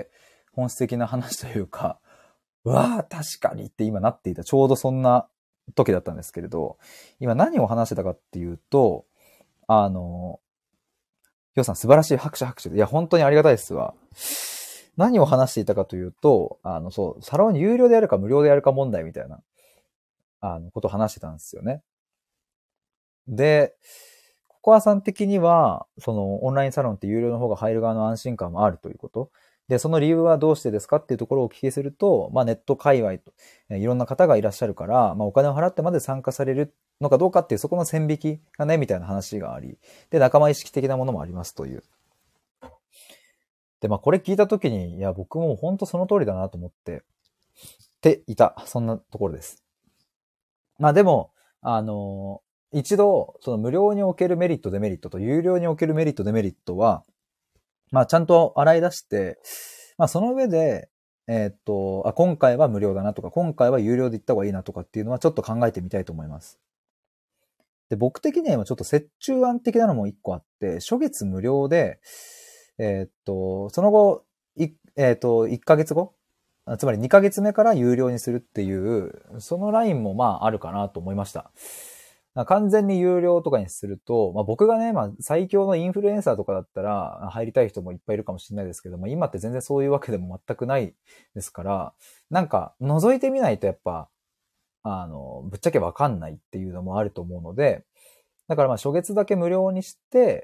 本質的な話というか、うわぁ、確かにって今なっていた、ちょうどそんな時だったんですけれど、今何を話してたかっていうと、あの、りょうさん素晴らしい拍手拍手で、いや、本当にありがたいですわ。何を話していたかというと、あの、そう、サロン有料でやるか無料でやるか問題みたいな、あの、ことを話してたんですよね。で、ココアさん的には、その、オンラインサロンって有料の方が入る側の安心感もあるということ。で、その理由はどうしてですかっていうところをお聞きすると、まあ、ネット界隈と、えいろんな方がいらっしゃるから、まあ、お金を払ってまで参加されるのかどうかっていう、そこの線引きがね、みたいな話があり、で、仲間意識的なものもありますという。で、まあ、これ聞いたときに、いや、僕も本当その通りだなと思って、っていた。そんなところです。まあ、でも、あのー一度、その無料におけるメリット、デメリットと有料におけるメリット、デメリットは、まあ、ちゃんと洗い出して、まあ、その上で、えーっと、あ、今回は無料だなとか、今回は有料で行った方がいいなとかっていうのはちょっと考えてみたいと思います。で、僕的には今ちょっと折衷案的なのも一個あって、初月無料で、えーっと、その後、い、えーっと、いっかげつご、つまりにかげつめから有料にするっていう、そのラインもまああるかなと思いました。完全に有料とかにすると、まあ僕がね、まあ最強のインフルエンサーとかだったら入りたい人もいっぱいいるかもしれないですけど、まあ今って全然そういうわけでも全くないですから、なんか覗いてみないとやっぱ、あの、ぶっちゃけわかんないっていうのもあると思うので、だからまあ初月だけ無料にして、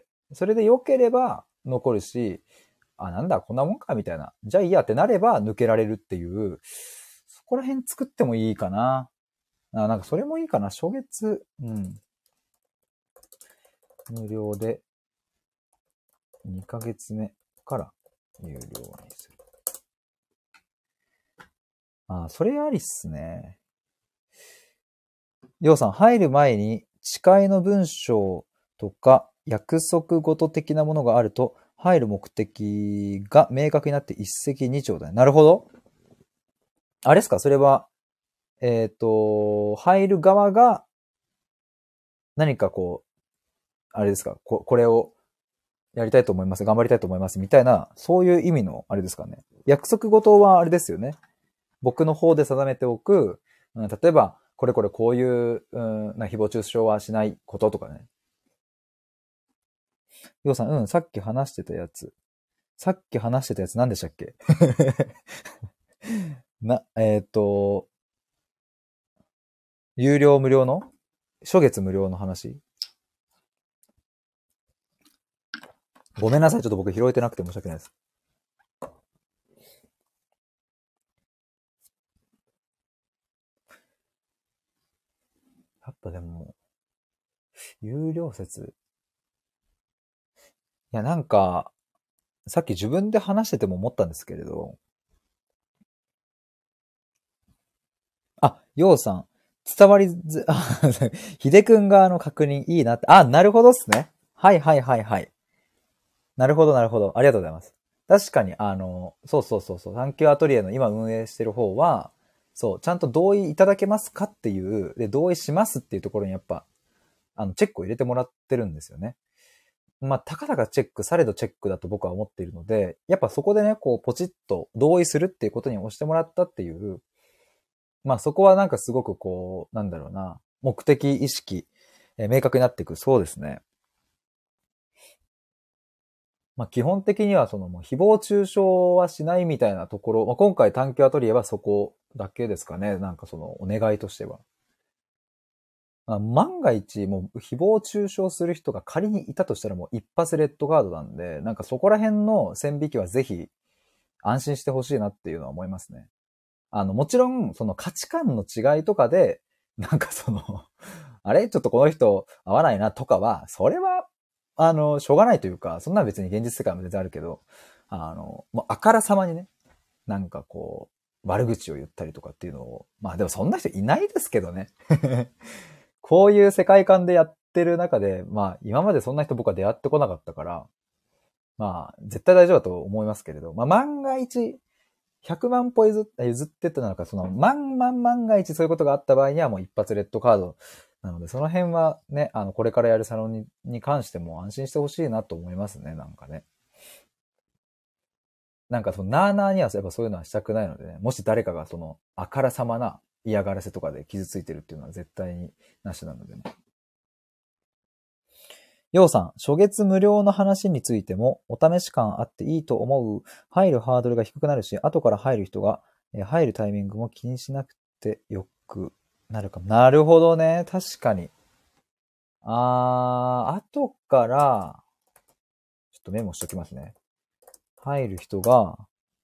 それで良ければ残るし、あ、なんだ、こんなもんかみたいな。じゃあいいやってなれば抜けられるっていう、そこら辺作ってもいいかな。あ、なんかそれもいいかな。初月、うん。無料でにかげつめから有料にする。あ、それありっすね。りょうさん、入る前に誓いの文章とか約束事的なものがあると、入る目的が明確になって一石二鳥だね。なるほど。あれですかそれは、えっと、入る側が何かこう、あれですかこ、これをやりたいと思います。頑張りたいと思います。みたいな、そういう意味の、あれですかね。約束事はあれですよね。僕の方で定めておく、うん、例えば、これこれこういう、うん、な誹謗中傷はしないこととかね。ようさん、うん、さっき話してたやつ。さっき話してたやつ何でしたっけな、えっと、有料無料の初月無料の話。ごめんなさい。ちょっと僕拾えてなくて申し訳ないです。やっぱでも、有料説。いや、なんか、さっき自分で話してても思ったんですけれど、あ、ようさん、伝わりず、あ、ひでくん側の確認いいなって。あ、なるほどっすね。はいはいはいはい。なるほどなるほど。ありがとうございます。確かに、あの、そうそうそうそう、探求アトリエの今運営してる方は、そう、ちゃんと同意いただけますかっていう、で、同意しますっていうところにやっぱ、あの、チェックを入れてもらってるんですよね。まあ、たかだかチェック、されどチェックだと僕は思っているので、やっぱそこでね、こう、ポチッと同意するっていうことに押してもらったっていう、まあそこはなんかすごくこう、なんだろうな、目的意識、えー明確になっていく。そうですね。まあ基本的にはそのもう誹謗中傷はしないみたいなところ、まあ今回探求アトリエはそこだけですかね。なんかそのお願いとしては。まあ、万が一もう誹謗中傷する人が仮にいたとしたらもう一発レッドカードなんで、なんかそこら辺の線引きはぜひ安心してほしいなっていうのは思いますね。あの、もちろん、その価値観の違いとかで、なんかそのあれちょっとこの人合わないなとかは、それは、あの、しょうがないというか、そんな別に現実世界も全然あるけど、あの、もうあからさまにね、なんかこう、悪口を言ったりとかっていうのを、まあでもそんな人いないですけどね。こういう世界観でやってる中で、まあ今までそんな人僕は出会ってこなかったから、まあ絶対大丈夫だと思いますけれど、まあ万が一、ひゃくまん歩譲ってったのか、その万万万が一そういうことがあった場合にはもう一発レッドカードなので、その辺はね、あの、これからやるサロンにに関しても安心してほしいなと思いますね、なんかね。 なんかその、なーなーにはやっぱそういうのはしたくないのでね、もし誰かがその、あからさまな嫌がらせとかで傷ついてるっていうのは絶対になしなのでね。ようさん、初月無料の話についても、お試し感あっていいと思う。入るハードルが低くなるし、後から入る人が、えー入るタイミングも気にしなくてよくなるかも。なるほどね。確かに。あー、後から、ちょっとメモしときますね。入る人が、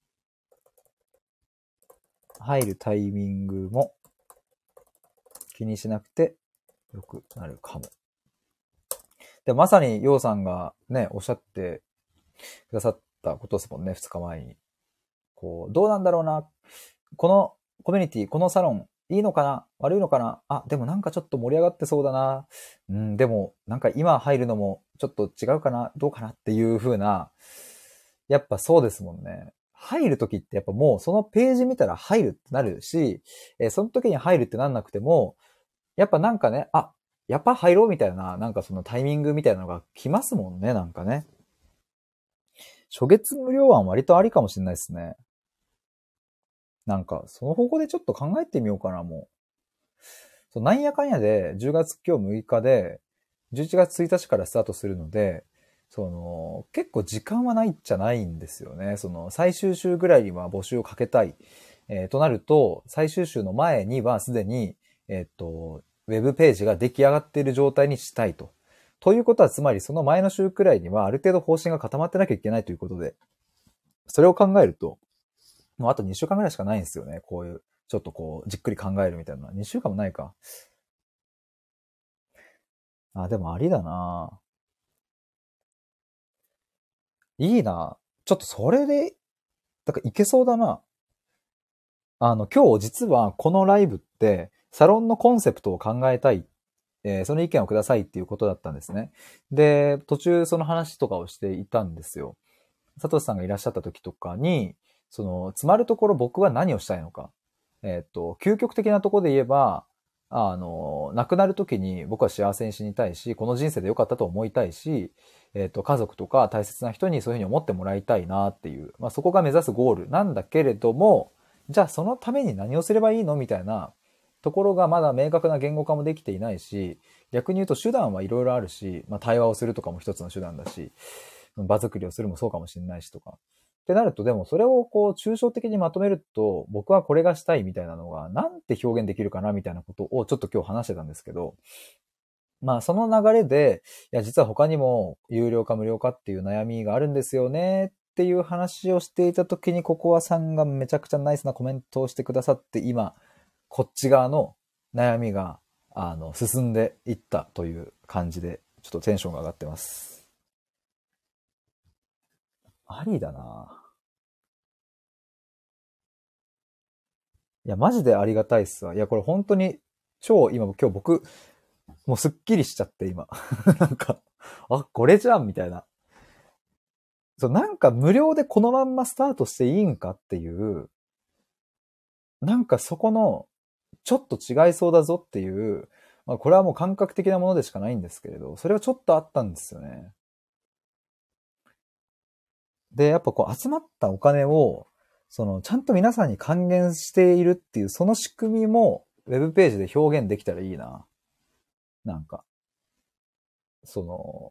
入るタイミングも気にしなくてよくなるかも。で、まさに、ようさんがね、おっしゃってくださったことですもんね、二日前に。こう、どうなんだろうな。このコミュニティ、このサロン、いいのかな悪いのかなあ、でもなんかちょっと盛り上がってそうだな。うん、でも、なんか今入るのもちょっと違うかなどうかなっていう風な、やっぱそうですもんね。入るときってやっぱもうそのページ見たら入るってなるし、えーその時に入るってなんなくても、やっぱなんかね、あ、やっぱ入ろうみたいな、なんかそのタイミングみたいなのが来ますもんね、なんかね。初月無料案割とありかもしれないですね。なんか、その方向でちょっと考えてみようかな、もう。そうなんやかんやで、じゅうがつ今日むいかで、じゅういちがつついたちからスタートするので、その、結構時間はないっちゃないんですよね。その、最終週ぐらいには募集をかけたい。えーとなると、最終週の前にはすでに、えっと、ウェブページが出来上がっている状態にしたいと。ということは、つまりその前の週くらいにはある程度方針が固まってなきゃいけないということで、それを考えると、もうあとにしゅうかんぐらいしかないんですよね。こういう、ちょっとこう、じっくり考えるみたいな。にしゅうかんもないか。あ、でもありだな。いいな。ちょっとそれで、だからいけそうだな。あの、今日実はこのライブって、サロンのコンセプトを考えたい、えーその意見をくださいっていうことだったんですね。で、途中その話とかをしていたんですよ。サトシさんがいらっしゃった時とかに、その、詰まるところ僕は何をしたいのか。えっと、究極的なところで言えば、あの、亡くなる時に僕は幸せに死にたいし、この人生で良かったと思いたいし、えっと、家族とか大切な人にそういうふうに思ってもらいたいなっていう、まあそこが目指すゴールなんだけれども、じゃあそのために何をすればいいのみたいなところがまだ明確な言語化もできていないし、逆に言うと手段はいろいろあるし、まあ対話をするとかも一つの手段だし、場作りをするもそうかもしれないしとか。ってなると、でもそれをこう抽象的にまとめると、僕はこれがしたいみたいなのが、なんて表現できるかなみたいなことをちょっと今日話してたんですけど、まあその流れで、いや実は他にも有料か無料かっていう悩みがあるんですよねっていう話をしていた時に、ココアさんがめちゃくちゃナイスなコメントをしてくださって、今、こっち側の悩みが、あの、進んでいったという感じで、ちょっとテンションが上がってます。ありだな。いや、マジでありがたいっすわ。いや、これ本当に、超今、今日僕、もうすっきりしちゃって今。なんか、あ、これじゃんみたいな。そう、なんか無料でこのまんまスタートしていいんかっていう、なんかそこの、ちょっと違いそうだぞっていう、まあこれはもう感覚的なものでしかないんですけれど、それはちょっとあったんですよね。で、やっぱこう集まったお金を、その、ちゃんと皆さんに還元しているっていう、その仕組みも、ウェブページで表現できたらいいな。なんか、その、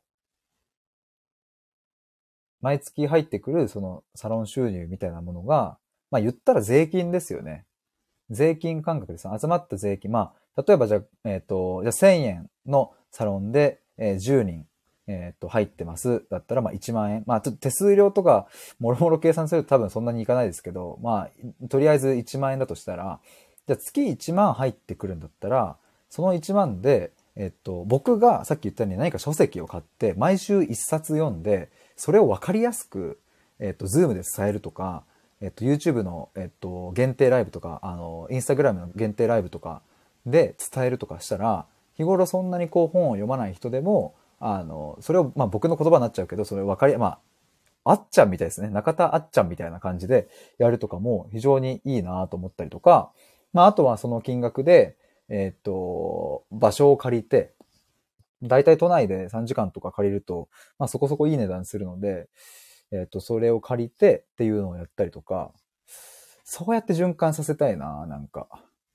毎月入ってくる、その、サロン収入みたいなものが、まあ言ったら税金ですよね。税金感覚です。集まった税金。まあ、例えばじゃあ、えっと、じゃあせんえんのサロンで、えーじゅうにん、えっと、入ってます。だったら、まあいちまん円。まあ、ちょっと手数料とか、もろもろ計算すると多分そんなにいかないですけど、まあ、とりあえずいちまん円だとしたら、じゃあ月いちまん入ってくるんだったら、そのいちまんで、えっと、僕がさっき言ったように何か書籍を買って、毎週いっさつ読んで、それをわかりやすく、えっと、ズームで伝えるとか、えっと、YouTube の、えっと、限定ライブとか、あの、Instagram の限定ライブとかで伝えるとかしたら、日頃そんなにこう本を読まない人でも、あの、それを、まあ僕の言葉になっちゃうけど、それ分かり、まあ、あっちゃんみたいですね。中田あっちゃんみたいな感じでやるとかも非常にいいなと思ったりとか、まああとはその金額で、えっと、場所を借りて、だいたい都内でさんじかんとか借りると、まあそこそこいい値段するので、 えっと、それを借りてっていうのをやったりとか、そうやって循環させたいな、なんか。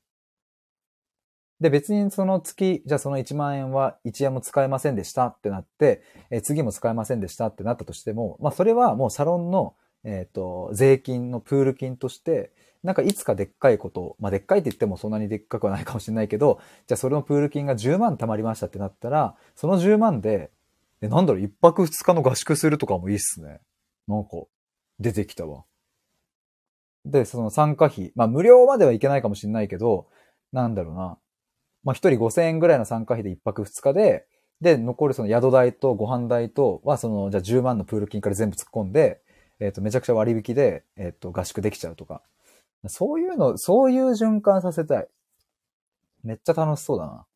で、別にその月、じゃあそのいちまん円はいちえんも使えませんでしたってなって、えー次も使えませんでしたってなったとしても、まあそれはもうサロンの、えっと、税金のプール金として、なんかいつかでっかいこと、まあでっかいって言ってもそんなにでっかくはないかもしれないけど、じゃあそれのプール金がじゅうまん貯まりましたってなったら、そのじゅうまんで、え、なんだろう、いっぱくふつかの合宿するとかもいいっすね。なんか、出てきたわ。で、その参加費、まあ無料まではいけないかもしれないけど、なんだろうな。まあ一人ごせんえんぐらいの参加費でいっぱくふつかで、で、残るその宿代とご飯代とは、その、じゃあじゅうまんのプール金から全部突っ込んで、えっと、めちゃくちゃ割引で、えっと、合宿できちゃうとか。そういうの、そういう循環させたい。めっちゃ楽しそうだな。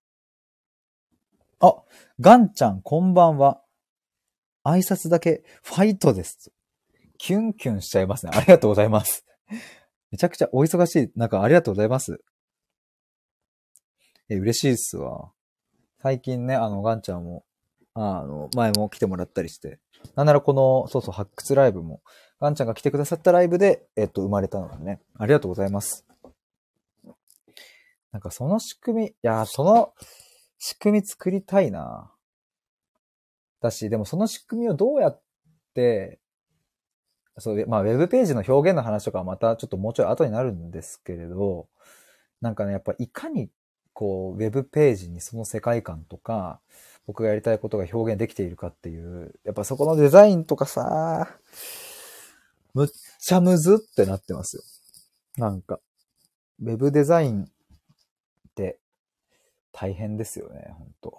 あ、ガンちゃん、こんばんは。挨拶だけ、ファイトです。キュンキュンしちゃいますね。ありがとうございます。めちゃくちゃお忙しい中、ありがとうございます。え、嬉しいっすわ。最近ね、あの、ガンちゃんも、あの、前も来てもらったりして。なんならこの、そうそう、発掘ライブも、ガンちゃんが来てくださったライブで、えっと、生まれたのでね。ありがとうございます。なんかその仕組み、いやー、その仕組み作りたいな。だし、でもその仕組みをどうやって、そう、まあ、ウェブページの表現の話とかはまたちょっともうちょい後になるんですけれど、なんかね、やっぱいかに、こう、ウェブページにその世界観とか、僕がやりたいことが表現できているかっていう、やっぱそこのデザインとかさ、むっちゃむずってなってますよ。なんか、ウェブデザインって大変ですよね、ほんと。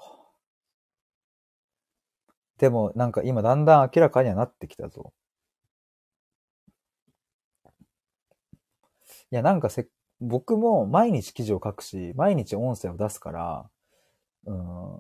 でもなんか今だんだん明らかにはなってきたぞ。いやなんかせ、僕も毎日記事を書くし、毎日音声を出すから、うん、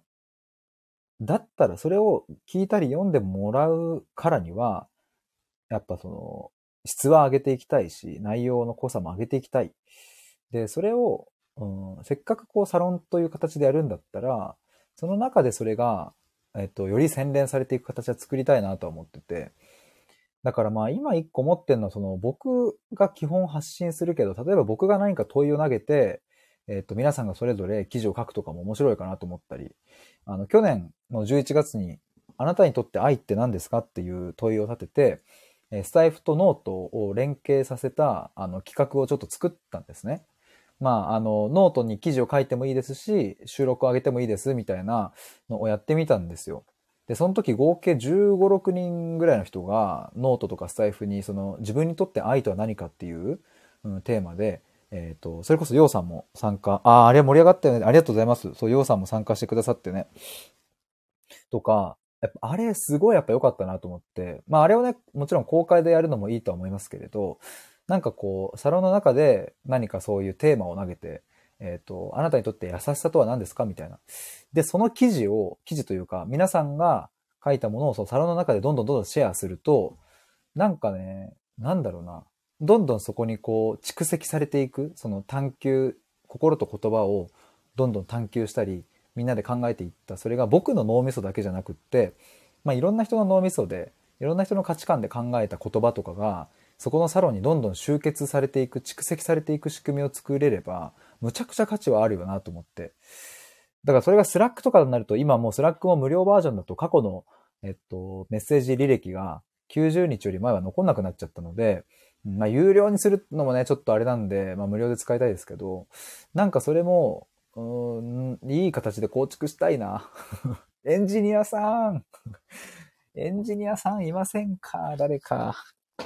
だったらそれを聞いたり読んでもらうからには、やっぱその、質は上げていきたいし、内容の濃さも上げていきたい。で、それを、うん、せっかくこうサロンという形でやるんだったら、その中でそれが、えっと、より洗練されていく形は作りたいなとは思ってて。だからまあ今一個持ってるのはその僕が基本発信するけど、例えば僕が何か問いを投げて、えっと皆さんがそれぞれ記事を書くとかも面白いかなと思ったり、あの去年のじゅういちがつにあなたにとって愛って何ですかっていう問いを立てて、スタイフとノートを連携させたあの企画をちょっと作ったんですね。まあ、あの、ノートに記事を書いてもいいですし、収録を上げてもいいですみたいなのをやってみたんですよ。で、その時合計じゅうご、ろくにんぐらいの人がノートとかスタイフにその自分にとって愛とは何かっていう、うん、テーマで、えっと、それこそヨウさんも参加、ああ、あれ盛り上がったよね。ありがとうございます。そう、ヨウさんも参加してくださってね。とか、やっぱあれすごいやっぱ良かったなと思って、まああれをね、もちろん公開でやるのもいいとは思いますけれど、なんかこう、サロンの中で何かそういうテーマを投げて、えっと、あなたにとって優しさとは何ですかみたいな。で、その記事を、記事というか、皆さんが書いたものをそのサロンの中でどんどんどんどんシェアすると、なんかね、なんだろうな。どんどんそこにこう蓄積されていく、その探求、心と言葉をどんどん探求したり、みんなで考えていった。それが僕の脳みそだけじゃなくって、まあいろんな人の脳みそで、いろんな人の価値観で考えた言葉とかが、そこのサロンにどんどん集結されていく、蓄積されていく仕組みを作れれば、むちゃくちゃ価値はあるよなと思って。だからそれがスラックとかになると、今もうスラックも無料バージョンだと過去の、えっと、メッセージ履歴がきゅうじゅうにちより前は残んなくなっちゃったので、まあ、有料にするのもね、ちょっとあれなんで、まあ、無料で使いたいですけど、なんかそれも、うーん、いい形で構築したいな。エンジニアさんエンジニアさんいませんか誰か。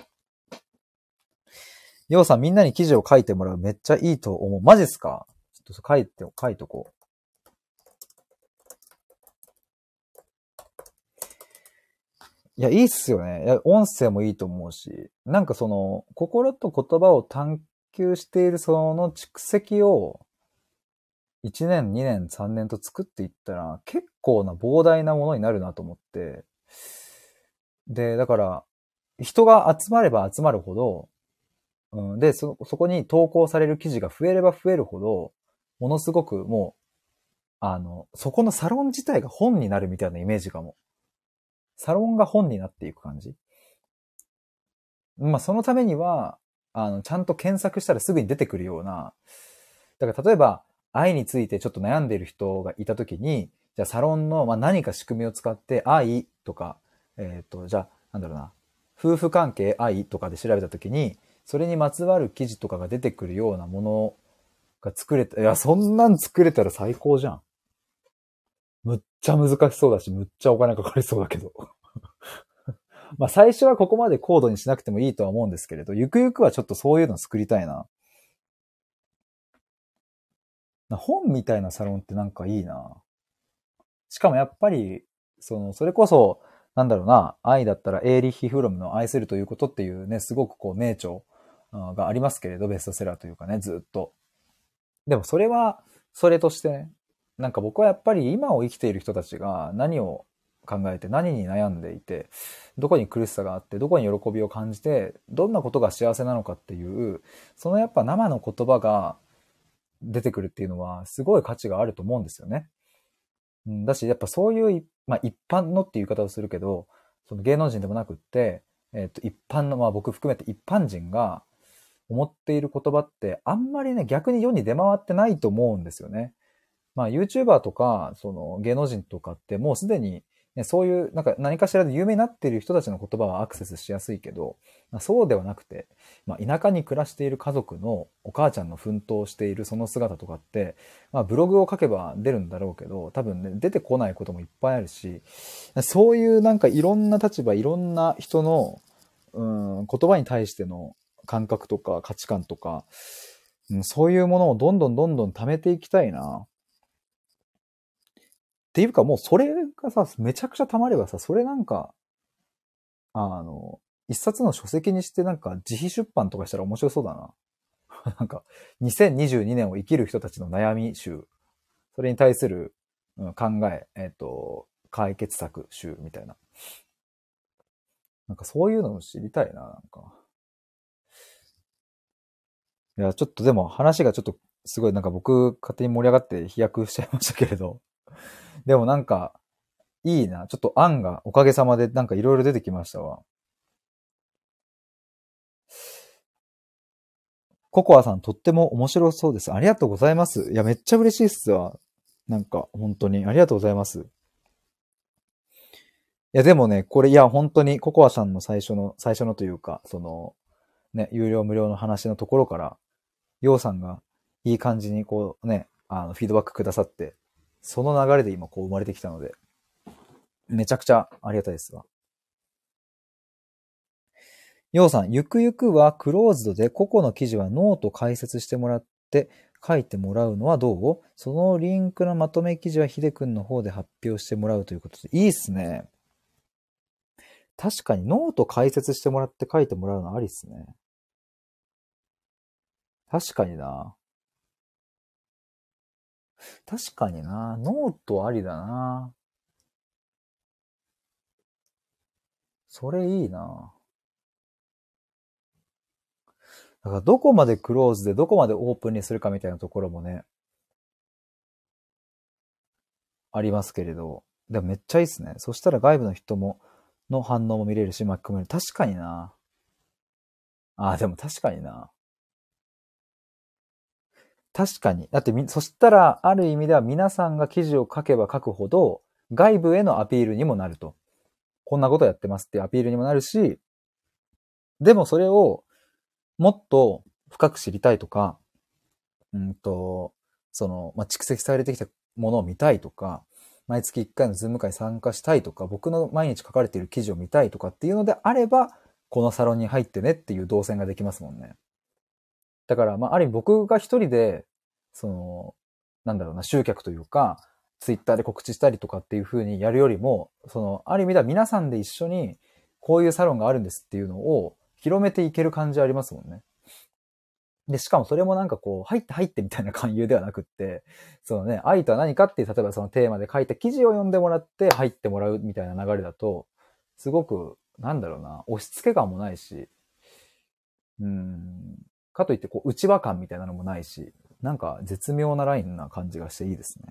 ようさんみんなに記事を書いてもらうめっちゃいいと思う。マジっすか？ちょっと書いて、書いとこう。いや、いいっすよね。いや、音声もいいと思うし、なんかその、心と言葉を探求しているその蓄積を、いちねん、にねん、さんねんと作っていったら、結構な膨大なものになるなと思って、で、だから、人が集まれば集まるほど、うん、で、そ、そこに投稿される記事が増えれば増えるほど、ものすごくもう、あの、そこのサロン自体が本になるみたいなイメージかも。サロンが本になっていく感じ。 まあそのためには、あの、ちゃんと検索したらすぐに出てくるような、だから例えば、愛についてちょっと悩んでいる人がいたときに、じゃあサロンの、まあ、何か仕組みを使って愛とか、えっと、じゃあ、なんだろうな、夫婦関係愛とかで調べたときに、それにまつわる記事とかが出てくるようなものが作れた、いや、そんなん作れたら最高じゃん。むっちゃ難しそうだし、むっちゃお金かかりそうだけど。まあ最初はここまで高度にしなくてもいいとは思うんですけれど、ゆくゆくはちょっとそういうの作りたいな。本みたいなサロンってなんかいいな。しかもやっぱり、その、それこそ、なんだろうな、愛だったらエーリッヒ・フロムの愛するということっていうね、すごくこう名著がありますけれど、ベストセラーというかね、ずっと。でもそれは、それとしてね、なんか僕はやっぱり今を生きている人たちが何を考えて何に悩んでいて、どこに苦しさがあって、どこに喜びを感じて、どんなことが幸せなのかっていう、そのやっぱ生の言葉が出てくるっていうのはすごい価値があると思うんですよね。うん、だし、やっぱそういう、まあ一般のっていう言い方をするけど、その芸能人でもなくって、えっと、一般の、まあ僕含めて一般人が思っている言葉ってあんまりね、逆に世に出回ってないと思うんですよね。まあ YouTuber とか、その芸能人とかってもうすでに、ね、そういうなんか何かしらで有名になっている人たちの言葉はアクセスしやすいけど、まあ、そうではなくて、まあ、田舎に暮らしている家族のお母ちゃんの奮闘しているその姿とかって、まあブログを書けば出るんだろうけど、多分ね、出てこないこともいっぱいあるし、そういうなんかいろんな立場、いろんな人の、うん、言葉に対しての感覚とか価値観とか、うん、そういうものをどんどんどんどん貯めていきたいな。っていうかもうそれがさ、めちゃくちゃ溜まればさ、それなんか、あの、一冊の書籍にしてなんか自費出版とかしたら面白そうだな。なんか、にせんにじゅうにねんを生きる人たちの悩み集、それに対する、うん、考え、えっと、解決策集みたいな。なんかそういうのを知りたいな、なんか。いや、ちょっとでも話がちょっとすごいなんか僕勝手に盛り上がって飛躍しちゃいましたけれど。でもなんか、いいな。ちょっと案がおかげさまでなんかいろいろ出てきましたわ。ココアさんとっても面白そうです。ありがとうございます。いや、めっちゃ嬉しいっすわ。なんか、本当に。ありがとうございます。いや、でもね、これ、いや、本当にココアさんの最初の、最初のというか、その、ね、有料無料の話のところから、ヨウさんがいい感じにこうね、あの、フィードバックくださって、その流れで今こう生まれてきたので、めちゃくちゃありがたいですわ。ヨウさん、ゆくゆくはクローズドで個々の記事はノート解説してもらって書いてもらうのはどう？そのリンクのまとめ記事はヒデ君の方で発表してもらうということで、いいっすね。確かにノート解説してもらって書いてもらうのありっすね。確かにな。確かにな。ノートありだな。それいいな。だからどこまでクローズでどこまでオープンにするかみたいなところもね、ありますけれど。でもめっちゃいいっすね。そしたら外部の人も、の反応も見れるし、巻き込める。確かにな。ああ、でも確かにな。確かに。だってみ、そしたら、ある意味では皆さんが記事を書けば書くほど、外部へのアピールにもなると。こんなことやってますっていうアピールにもなるし、でもそれをもっと深く知りたいとか、うんと、その、まあ、蓄積されてきたものを見たいとか、毎月いっかいのズーム会に参加したいとか、僕の毎日書かれている記事を見たいとかっていうのであれば、このサロンに入ってねっていう動線ができますもんね。だから、まあ、ある意味僕が一人で、その、なんだろうな、集客というか、ツイッターで告知したりとかっていう風にやるよりも、その、ある意味では皆さんで一緒に、こういうサロンがあるんですっていうのを広めていける感じありますもんね。で、しかもそれもなんかこう、入って入ってみたいな勧誘ではなくって、そのね、愛とは何かっていう、例えばそのテーマで書いた記事を読んでもらって入ってもらうみたいな流れだと、すごく、なんだろうな、押し付け感もないし、うん、かといってこう、内輪感みたいなのもないし、なんか絶妙なラインな感じがしていいですね。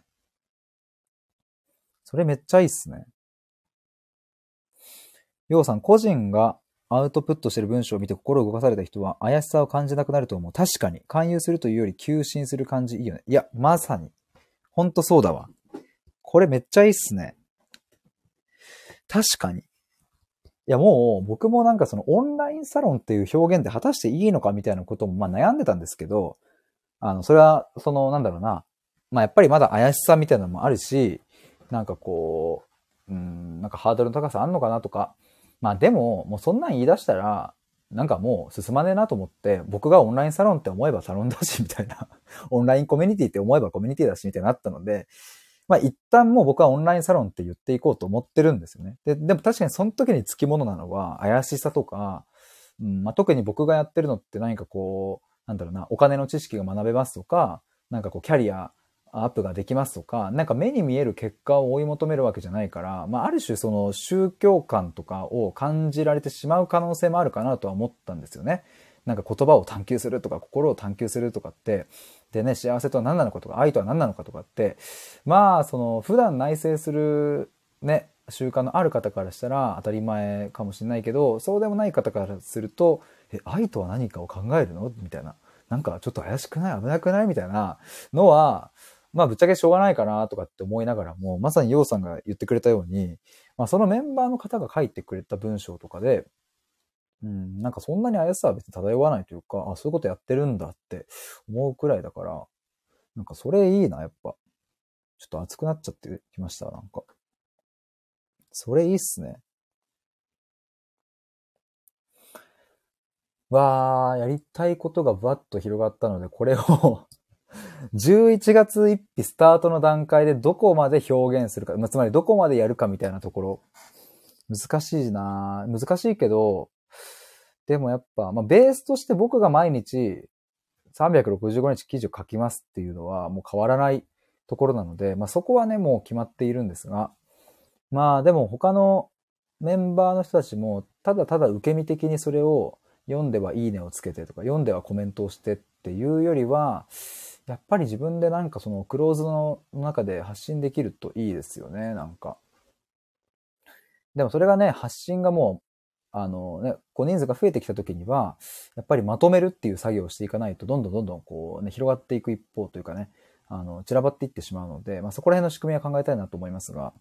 それめっちゃいいっすね。ようさん、個人がアウトプットしてる文章を見て心を動かされた人は怪しさを感じなくなると思う。確かに。勧誘するというより求心する感じいいよね。いや、まさに。ほんとそうだわ。これめっちゃいいっすね。確かに。いや、もう僕もなんかそのオンラインサロンっていう表現で果たしていいのかみたいなこともまあ悩んでたんですけど、あの、それはそのなんだろうな。まあやっぱりまだ怪しさみたいなのもあるし、なんかこう、うん、なんかハードルの高さあんのかなとか。まあでも、もうそんなん言い出したら、なんかもう進まねえなと思って、僕がオンラインサロンって思えばサロンだし、みたいな。オンラインコミュニティって思えばコミュニティだし、みたいになったので、まあ一旦もう僕はオンラインサロンって言っていこうと思ってるんですよね。で、でも確かにその時につきものなのは怪しさとか、うんまあ、特に僕がやってるのって何かこう、なんだろうな、お金の知識が学べますとか、なんかこうキャリアアップができますとか、なんか目に見える結果を追い求めるわけじゃないから、まあある種その宗教観とかを感じられてしまう可能性もあるかなとは思ったんですよね。なんか言葉を探求するとか心を探求するとかって、でね、幸せとは何なのかとか、愛とは何なのかとかって、まあ、その、普段内省するね、習慣のある方からしたら当たり前かもしれないけど、そうでもない方からすると、え、愛とは何かを考えるのみたいな。なんかちょっと怪しくない危なくないみたいなのは、まあぶっちゃけしょうがないかなとかって思いながらも、まさにヨウさんが言ってくれたように、まあそのメンバーの方が書いてくれた文章とかで、うん、なんかそんなに怪しさは別に漂わないというか、あ、そういうことやってるんだって思うくらいだから、なんかそれいいな、やっぱ。ちょっと熱くなっちゃってきました、なんか。それいいっすね。わー、やりたいことがバッと広がったので、これをじゅういちがつついたちスタートの段階でどこまで表現するか、まあ、つまりどこまでやるかみたいなところ。難しいな難しいけど、でもやっぱ、まあ、ベースとして僕が毎日さんびゃくろくじゅうごにち記事を書きますっていうのはもう変わらないところなので、まあ、そこはね、もう決まっているんですが、まあでも他のメンバーの人たちもただただ受け身的にそれを読んではいいねをつけてとか読んではコメントをしてっていうよりはやっぱり自分でなんかそのクローズの中で発信できるといいですよね、なんか。でもそれがね、発信がもう、あのね、こう人数が増えてきた時には、やっぱりまとめるっていう作業をしていかないと、どんどんどんどんこうね、広がっていく一方というかね、あの、散らばっていってしまうので、まあそこら辺の仕組みは考えたいなと思いますが、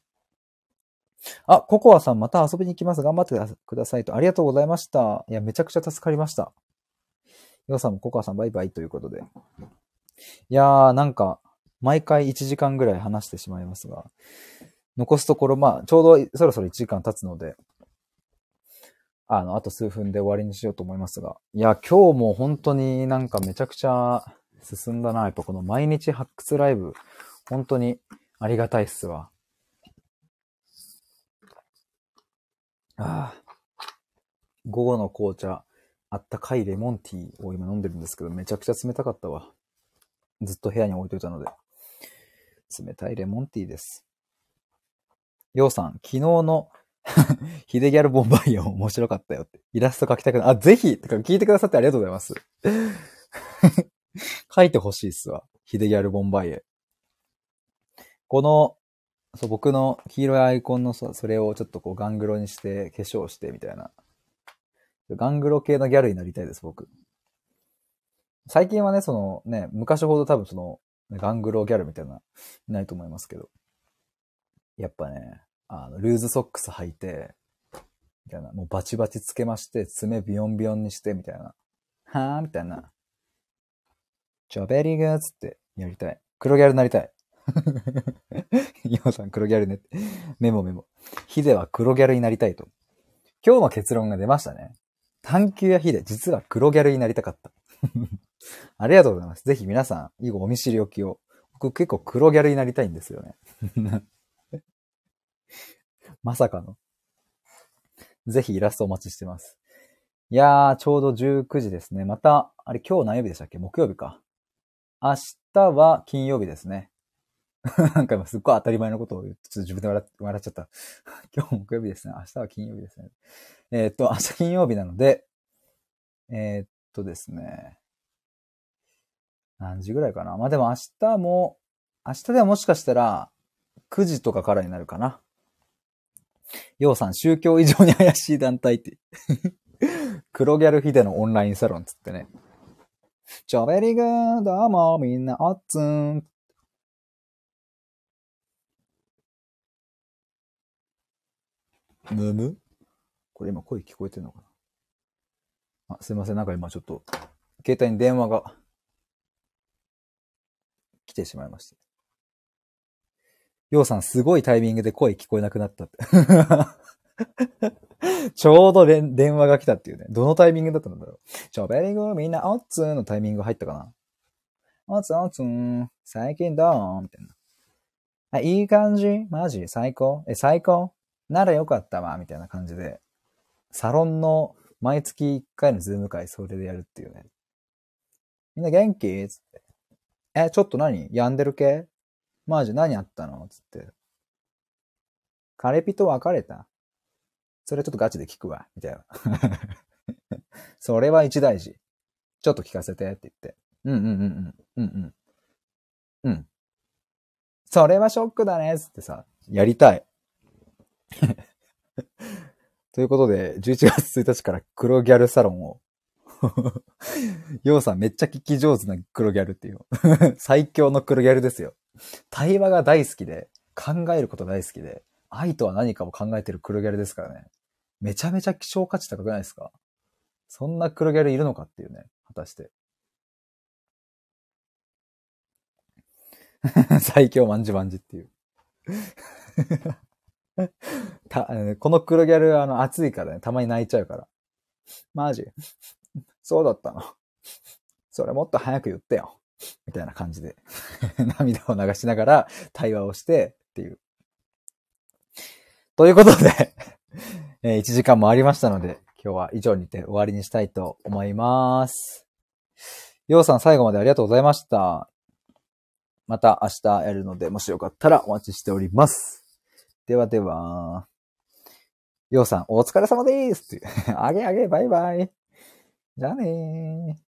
あ、ココアさんまた遊びに行きます。頑張ってくださいと。ありがとうございました。いや、めちゃくちゃ助かりました。ヨウさんもココアさんバイバイということで。いやー、なんか、毎回いちじかんぐらい話してしまいますが、残すところ、まあ、ちょうどそろそろいちじかん経つので、あの、あと数分で終わりにしようと思いますが。いや、今日も本当になんかめちゃくちゃ進んだな。やっぱこの毎日発掘ライブ、本当にありがたいっすわ。ああ。午後の紅茶、あったかいレモンティーを今飲んでるんですけど、めちゃくちゃ冷たかったわ。ずっと部屋に置いといたので。冷たいレモンティーです。ようさん、昨日のヒデギャルボンバイアン面白かったよって。イラスト描きたくない。あ、ぜひてか聞いてくださってありがとうございます。書いてほしいっすわ。ヒデギャルボンバイエ。この、そう、僕の黄色いアイコンのそそれをちょっとこうガングロにして化粧してみたいな。ガングロ系のギャルになりたいです、僕。最近はね、そのね、昔ほど多分その、ガングロギャルみたいな、いないと思いますけど。やっぱね、あの、ルーズソックス履いて、みたいな、もうバチバチつけまして、爪ビヨンビヨンにして、みたいな。はぁみたいな。ジョベリーグーつってやりたい。黒ギャルになりたい。ヨウさん黒ギャルねって。メモメモ。ヒデは黒ギャルになりたいと。今日の結論が出ましたね。探求やヒデ、実は黒ギャルになりたかった。ありがとうございます。ぜひ皆さん、以後お見知りおきを。僕結構黒ギャルになりたいんですよね。まさかの。ぜひイラストお待ちしてます。いやー、ちょうどじゅうくじですね。また、あれ今日何曜日でしたっけ？木曜日か。明日は金曜日ですね。なんか今すっごい当たり前のことを言って、ちょっと自分で笑っ笑っちゃった。今日木曜日ですね。明日は金曜日ですね。えーっと、明日金曜日なので、えーっとですね。何時ぐらいかな。まあでも明日も、明日ではもしかしたらくじとかからになるかな。 ようさん、宗教以上に怪しい団体って。黒ギャルヒデのオンラインサロンつってね。チョベリグー、どうも、みんな、おっつーん。むむこれ今声聞こえてんのかなあ、すいません。なんか今ちょっと、携帯に電話が来てしまいました。ようさん、すごいタイミングで声聞こえなくなったって。ちょうど電話が来たっていうね。どのタイミングだったんだろう。チョベリグみんなおっつーのタイミング入ったかな。おっつーおっつー、最近どうみたいな。あ、いい感じマジ最高え、最高ならよかったわみたいな感じで。サロンの毎月いっかいのズーム会それでやるっていうね。みんな元気つって。え、ちょっと何病んでる系マジ何あったのつって。カレピと別れたそれちょっとガチで聞くわ。みたいな。それは一大事。ちょっと聞かせてって言って。うんうんうんうん。うんうん。うん。それはショックだねつってさ、やりたい。ということで、じゅういちがつついたちから黒ギャルサロンを。ようさんめっちゃ聞き上手な黒ギャルっていう。最強の黒ギャルですよ。対話が大好きで、考えること大好きで、愛とは何かを考えてる黒ギャルですからね。めちゃめちゃ希少価値高くないですか？そんな黒ギャルいるのかっていうね、果たして。最強マンジマンジっていう。たこの黒ギャル、あの、熱いからね、たまに泣いちゃうから。マジそうだったのそれもっと早く言ってよ。みたいな感じで。涙を流しながら対話をしてっていう。ということで、いちじかんもありましたので、今日は以上にて終わりにしたいと思います。ようさん最後までありがとうございました。また明日やるので、もしよかったらお待ちしております。ではでは、ようさんお疲れ様ですってあげあげバイバイ。じゃあねー。